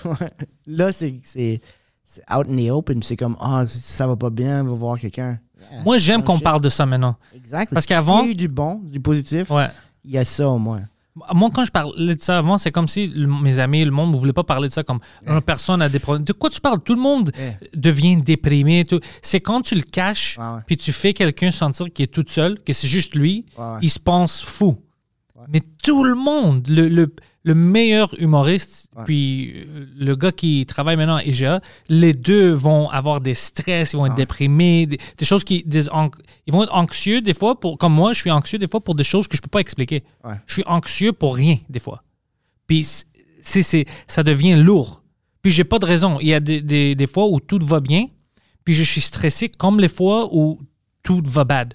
S4: là c'est, c'est, c'est out in the open. C'est comme, ah, oh, ça va pas bien, va voir quelqu'un. Yeah,
S3: moi, j'aime qu'on
S4: shit.
S3: parle de ça maintenant.
S4: Exact.
S3: Parce qu'avant...
S4: S'il y a eu du bon, du positif,
S3: ouais.
S4: il y a ça au moins.
S3: Moi, quand je parlais de ça avant, c'est comme si le, mes amis, le monde ne voulait pas parler de ça comme une yeah. personne a des problèmes. De quoi tu parles? Tout le monde yeah. devient déprimé. Tout. C'est quand tu le caches
S4: ouais, ouais.
S3: puis tu fais quelqu'un sentir qu'il est tout seul, que c'est juste lui,
S4: ouais, ouais.
S3: il se pense fou.
S4: Ouais.
S3: Mais tout le monde, le, le, le meilleur humoriste,
S4: ouais.
S3: puis le gars qui travaille maintenant à I G A, les deux vont avoir des stress, ils vont être ouais. déprimés, des, des choses qui... Des, an, ils vont être anxieux des fois, pour, comme moi, je suis anxieux des fois pour des choses que je ne peux pas expliquer.
S4: Ouais.
S3: Je suis anxieux pour rien des fois. Puis c'est, c'est, ça devient lourd. Puis j'ai pas de raison. Il y a des, des, des fois où tout va bien, puis je suis stressé comme les fois où tout va bad.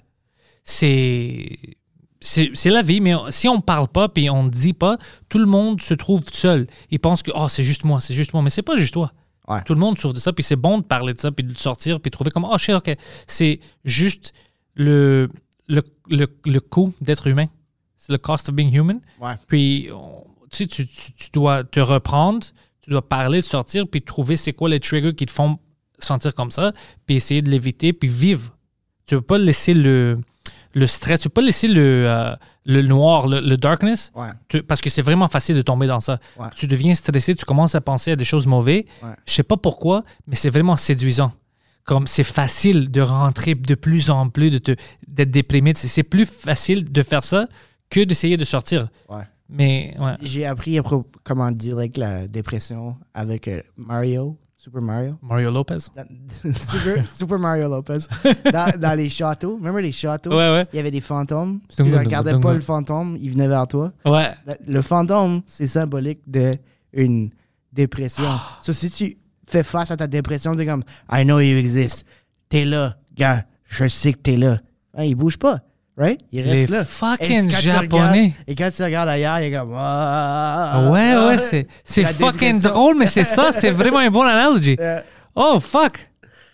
S3: C'est... C'est, c'est la vie, mais si on ne parle pas et on ne dit pas, tout le monde se trouve seul. Ils pensent que oh, c'est juste moi, c'est juste moi. Mais c'est pas juste toi.
S4: Ouais.
S3: Tout le monde souffre de ça, puis c'est bon de parler de ça, puis de sortir, puis de trouver comme oh, shit, OK. C'est juste le, le, le, le coût d'être humain. C'est le cost of being human.
S4: Ouais.
S3: Puis on, tu sais, tu, tu, tu dois te reprendre, tu dois parler, de sortir, puis trouver c'est quoi les triggers qui te font sentir comme ça, puis essayer de l'éviter, puis vivre. Tu ne peux pas laisser le. Le stress, tu peux pas laisser le, euh, le noir, le, le darkness,
S4: ouais.
S3: tu, parce que c'est vraiment facile de tomber dans ça.
S4: Ouais.
S3: Tu deviens stressé, tu commences à penser à des choses mauvaises.
S4: Ouais.
S3: Je sais pas pourquoi, mais c'est vraiment séduisant. Comme c'est facile de rentrer de plus en plus, de te, d'être déprimé. C'est, c'est plus facile de faire ça que d'essayer de sortir.
S4: Ouais.
S3: Mais ouais.
S4: J'ai appris à pro- comment dire like, la dépression avec euh, Mario. Super Mario.
S3: Mario Lopez.
S4: Super, Super Mario Lopez. Dans, dans les châteaux. Remember les châteaux?
S3: Ouais, ouais.
S4: Il y avait des fantômes. Si tu ne regardais pas le fantôme, il venait vers toi.
S3: Ouais.
S4: Le, le fantôme, c'est symbolique d'une dépression. So, si tu fais face à ta dépression, tu es comme I know you exist. T'es là. Gars, je sais que t'es là. Hein, il bouge pas. Right? Il reste
S3: les
S4: là.
S3: fucking
S4: et
S3: japonais.
S4: Et quand tu regardes ailleurs, il est comme
S3: ah, ouais, ouais, c'est, c'est fucking drôle, mais c'est ça, c'est vraiment une bonne analogie. Uh, oh, fuck.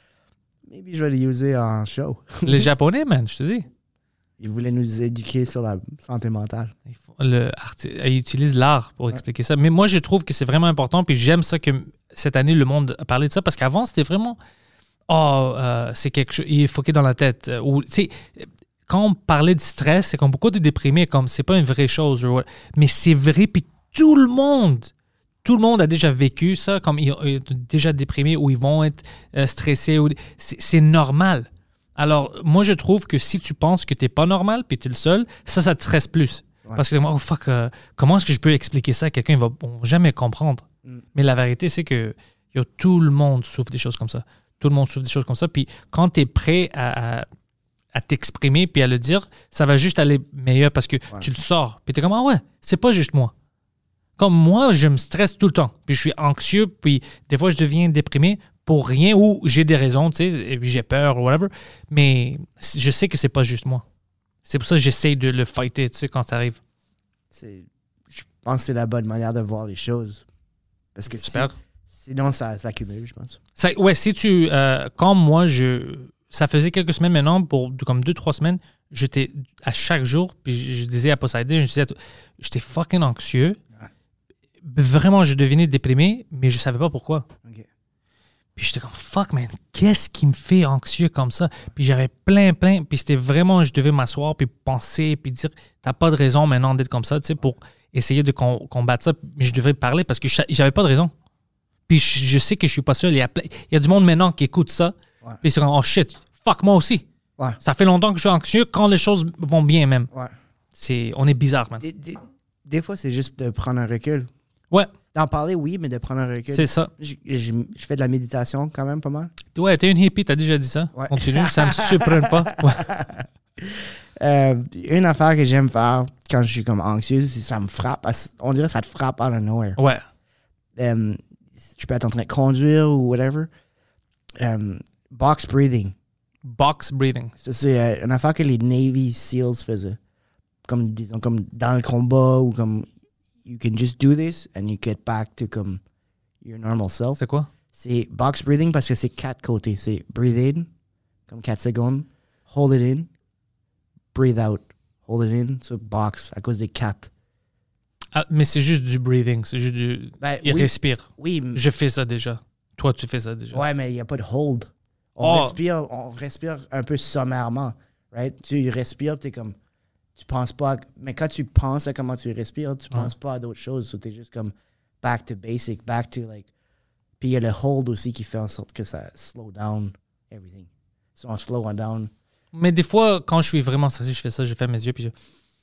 S4: Maybe je vais les user en show.
S3: Les Japonais, man, je te dis.
S4: Ils voulaient nous éduquer sur la santé mentale.
S3: Ils, font le arti- ils utilisent l'art pour ouais. expliquer ça. Mais moi, je trouve que c'est vraiment important, puis j'aime ça que cette année, le monde a parlé de ça, parce qu'avant, c'était vraiment oh, euh, c'est quelque chose, il est foqué dans la tête. Ou, tu sais, quand on parlait de stress, c'est comme beaucoup de déprimés, comme c'est pas une vraie chose. Mais c'est vrai, puis tout le monde, tout le monde a déjà vécu ça, comme ils sont déjà déprimés ou ils vont être euh, stressés. Ou, c'est, c'est normal. Alors, moi, je trouve que si tu penses que t'es pas normal puis t'es le seul, ça, ça te stresse plus. Ouais. Parce que, oh fuck, euh, comment est-ce que je peux expliquer ça à quelqu'un? Il va bon, jamais comprendre. Mm. Mais la vérité, c'est que yo, tout le monde souffre des choses comme ça. Tout le monde souffre des choses comme ça. Puis quand t'es prêt à... à à t'exprimer puis à le dire, ça va juste aller meilleur parce que ouais. tu le sors. Puis t'es comme, ah ouais, c'est pas juste moi. Comme moi, je me stresse tout le temps. Puis je suis anxieux, puis des fois, je deviens déprimé pour rien ou j'ai des raisons, tu sais, et puis j'ai peur ou whatever. Mais je sais que c'est pas juste moi. C'est pour ça que j'essaie de le fighter, tu sais, quand ça arrive.
S4: C'est, je pense que c'est la bonne manière de voir les choses. Parce que si, sinon, ça s'accumule, je pense. Ça,
S3: ouais, si tu... Euh, comme moi, je... Ça faisait quelques semaines maintenant, pour comme deux, trois semaines, j'étais à chaque jour, puis je disais à Poseidon, je disais à tout, j'étais fucking anxieux. Ouais. Vraiment, je devenais déprimé, mais je savais pas pourquoi. Okay. Puis j'étais comme, fuck, man, qu'est-ce qui me fait anxieux comme ça? Puis j'avais plein, plein, puis c'était vraiment, je devais m'asseoir, puis penser, puis dire, t'as pas de raison maintenant d'être comme ça, tu sais, pour essayer de com- combattre ça, mais je devrais parler parce que j'avais pas de raison. Puis je, je sais que je suis pas seul. Il y a, plein, il y a du monde maintenant qui écoute ça. Ouais. Puis c'est comme, oh shit, fuck, moi aussi. Ouais. Ça fait longtemps que je suis anxieux quand les choses vont bien même.
S4: Ouais.
S3: C'est, on est bizarre, man.
S4: Did, did, des fois, c'est juste de prendre un recul.
S3: Ouais.
S4: D'en parler, oui, mais de prendre un recul.
S3: C'est ça.
S4: Je, je, je fais de la méditation quand même pas mal.
S3: Ouais, t'es une hippie, t'as déjà dit ça.
S4: Ouais.
S3: Continue, ça me surprend pas. Ouais.
S4: Euh, une affaire que j'aime faire quand je suis comme anxieux, c'est ça me frappe. On dirait que ça te frappe out of nowhere.
S3: Ouais.
S4: Um, tu peux être en train de conduire ou whatever. Um, box breathing.
S3: Box breathing.
S4: Ça, c'est euh, une affaire que les Navy SEALs faisaient. Comme, disons, comme dans le combat ou comme you can just do this and you get back to comme your normal self.
S3: C'est quoi?
S4: C'est box breathing parce que c'est quatre côtés. C'est breathe in, comme quatre secondes. Hold it in. Breathe out. Hold it in. So box à cause des quatre.
S3: Ah, mais c'est juste du breathing. C'est juste du.
S4: Ben,
S3: Il
S4: oui.
S3: respire.
S4: Oui. m-
S3: Je fais ça déjà. Toi, tu fais ça déjà.
S4: Ouais, mais il n'y a pas de hold. On,
S3: Oh.
S4: respire, on respire un peu sommairement. Right? Tu respires, tu es comme. Tu penses pas. À, mais quand tu penses à comment tu respires, tu
S3: Ouais.
S4: penses pas à d'autres choses. So tu es juste comme back to basic, back to like. Puis il y a le hold aussi qui fait en sorte que ça slow down everything. So on slow on down.
S3: Mais des fois, quand je suis vraiment stressé, je fais ça, je fais mes yeux, puis je.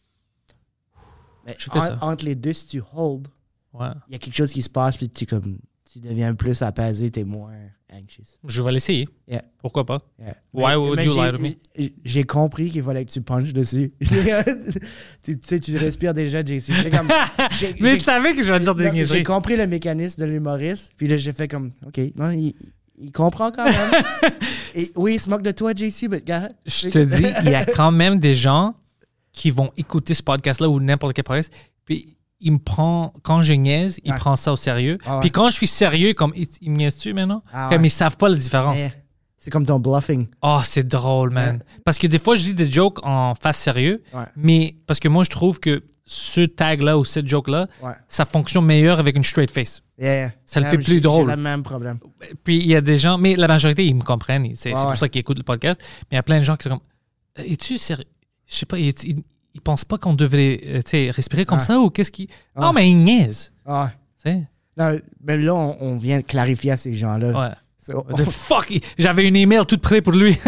S4: Mais
S3: Je fais
S4: en-
S3: ça.
S4: entre les deux, si tu hold,
S3: Ouais.
S4: il y a quelque chose qui se passe, puis tu, comme, tu deviens plus apaisé, tu es moins anxious.
S3: Je vais l'essayer.
S4: Yeah.
S3: Pourquoi pas?
S4: Yeah.
S3: Why
S4: Mais-
S3: would
S4: mais
S3: you
S4: j'ai-
S3: lie to me?
S4: j'ai- J'ai compris qu'il fallait que tu punches dessus. tu, tu sais, tu respires déjà, J C. J'ai comme- j'ai-
S3: Mais
S4: j'ai-
S3: tu savais que je vais dire des
S4: non, J'ai
S3: niaiseries.
S4: compris le mécanisme de l'humoriste, puis là, j'ai fait comme, OK, non, il, il comprend quand même. Et, oui, il se moque de toi, J C, mais gars.
S3: Je te dis, il y a quand même des gens qui vont écouter ce podcast-là ou n'importe quel podcast, puis il me prend, quand je niaise, il
S4: Ouais.
S3: prend ça au sérieux.
S4: Ah ouais.
S3: Puis quand je suis sérieux, comme, il, il me niaise-tu maintenant?
S4: Ah
S3: Comme
S4: ouais.
S3: ils savent pas la différence.
S4: Eh, C'est comme ton bluffing.
S3: Oh, c'est drôle, man. Parce que des fois, je dis des jokes en face sérieux,
S4: Ouais.
S3: mais parce que moi, je trouve que ce tag-là ou cette joke-là,
S4: Ouais.
S3: ça fonctionne meilleur avec une straight face.
S4: Yeah.
S3: Ça le
S4: Yeah,
S3: fait
S4: mais
S3: plus
S4: j'ai-
S3: drôle.
S4: J'ai le même problème.
S3: Puis il y a des gens, mais la majorité, ils me comprennent. et C'est
S4: Ouais,
S3: c'est pour
S4: ouais.
S3: ça qu'ils écoutent le podcast. Mais il y a plein de gens qui sont comme, Euh, es-tu sérieux? Je sais pas, ils, ils, ils pensent pas qu'on devrait euh, tu sais, respirer comme
S4: Ouais.
S3: ça ou qu'est-ce qui.
S4: Ouais.
S3: Non, mais ils niaisent.
S4: Ah,
S3: Tu sais?
S4: non, mais là, on, on vient de clarifier à ces gens-là.
S3: Ouais.
S4: So,
S3: The fuck! il- J'avais une email toute prête pour lui.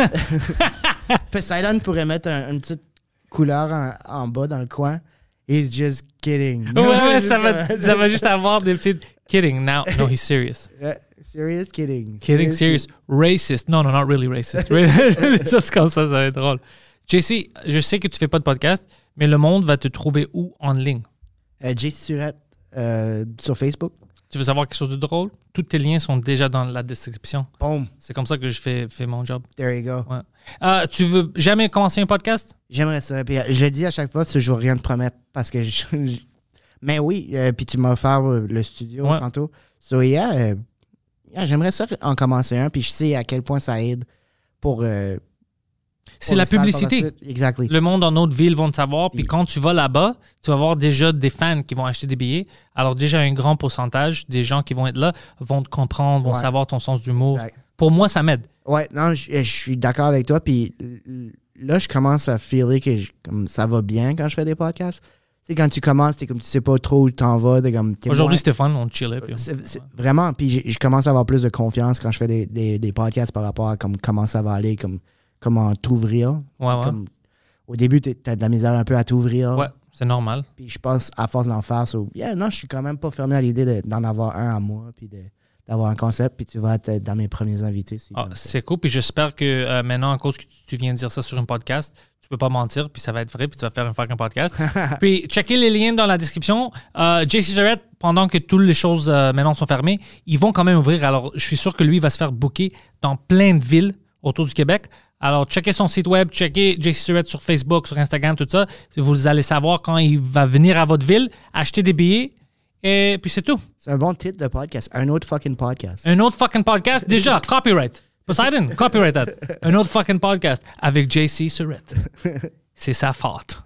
S4: Poseidon pourrait mettre un- une petite couleur en, en bas dans le coin. He's just kidding.
S3: ouais, ouais, ça
S4: Juste
S3: va,
S4: comme-
S3: ça va juste avoir des petites. Kidding. Now, no, he's serious.
S4: Yeah, serious kidding.
S3: Kidding, serious. Racist. Non, non, not really racist. Des choses comme ça, ça va être drôle. J C, je sais que tu fais pas de podcast, mais le monde va te trouver où en ligne?
S4: Euh, J C Surette euh, sur Facebook.
S3: Tu veux savoir quelque chose de drôle? Tous tes liens sont déjà dans la description.
S4: Boom.
S3: C'est comme ça que je fais, fais mon job.
S4: There you go.
S3: Ouais. Euh, tu veux jamais commencer un podcast?
S4: J'aimerais ça. Puis, euh, je le dis à chaque fois, tu toujours rien de promettre. Parce que. je- je- mais oui, euh, puis tu m'as offert euh, le studio
S3: Ouais.
S4: tantôt. So, yeah, euh, yeah, j'aimerais ça en commencer un. Puis je sais à quel point ça aide pour. euh,
S3: C'est
S4: pour
S3: la
S4: les salles par
S3: publicité.
S4: suite. Exactly.
S3: Le monde dans notre ville vont te savoir. Puis
S4: Oui.
S3: quand tu vas là-bas, tu vas avoir déjà des fans qui vont acheter des billets. Alors déjà, un grand pourcentage des gens qui vont être là vont te comprendre, vont
S4: Ouais.
S3: savoir ton sens d'humour.
S4: Exact.
S3: Pour moi, ça m'aide.
S4: Ouais, non, je, je suis d'accord avec toi. Puis l- là, je commence à feeler que je- comme ça va bien quand je fais des podcasts. Tu sais, quand tu commences, t'es comme tu sais pas trop où t'en vas. T'es comme, t'es
S3: Aujourd'hui,
S4: moins-
S3: c'était fun. On chillait. puis on-
S4: C'est- c'est- vraiment, puis je, je commence à avoir plus de confiance quand je fais des, des, des podcasts par rapport à comme, comment ça va aller, comme, comment t'ouvrir.
S3: Ouais, ouais.
S4: Comme, au début, t'es- t'as de la misère un peu à t'ouvrir.
S3: Ouais, c'est normal.
S4: Puis je pense, à force d'en faire, so, yeah, non, je suis quand même pas fermé à l'idée de- d'en avoir un à moi, puis de- d'avoir un concept, puis tu vas être dans mes premiers invités. si
S3: Ah,
S4: j'aime ça.
S3: c'est cool. Puis j'espère que euh, maintenant, à cause que tu, tu viens de dire ça sur un podcast, tu peux pas mentir, puis ça va être vrai, puis tu vas faire un fucking podcast. Puis checkez les liens dans la description. Euh, J C Surette, pendant que toutes les choses euh, maintenant sont fermées, ils vont quand même ouvrir. Alors, je suis sûr que lui va se faire booker dans plein de villes autour du Québec. Alors, checkez son site web, checkez J C Surette sur Facebook, sur Instagram, tout ça. Vous allez savoir quand il va venir à votre ville, acheter des billets, et puis c'est tout.
S4: C'est un bon titre de podcast. Un autre fucking podcast.
S3: Un autre fucking podcast, déjà, copyright. Poseidon, copyright that. Un autre fucking podcast avec J C Surette. C'est sa faute.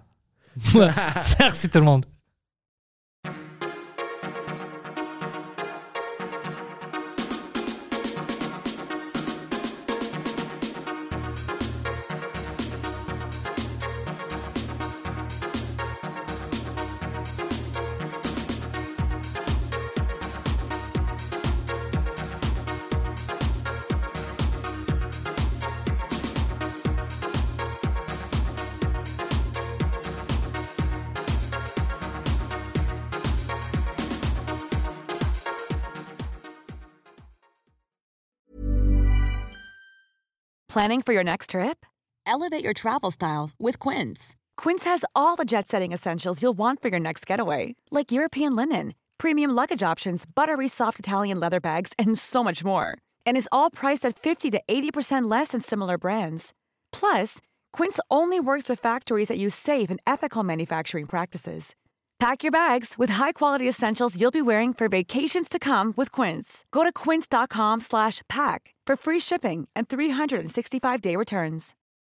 S3: Merci tout le monde.
S5: Planning for your next trip?
S6: Elevate your travel style with Quince.
S5: Quince has all the jet-setting essentials you'll want for your next getaway, like European linen, premium luggage options, buttery soft Italian leather bags, and so much more. And is all priced at fifty to eighty percent less than similar brands. Plus, Quince only works with factories that use safe and ethical manufacturing practices. Pack your bags with high-quality essentials you'll be wearing for vacations to come with Quince. Go to quince.com slash pack for free shipping and three sixty-five day returns.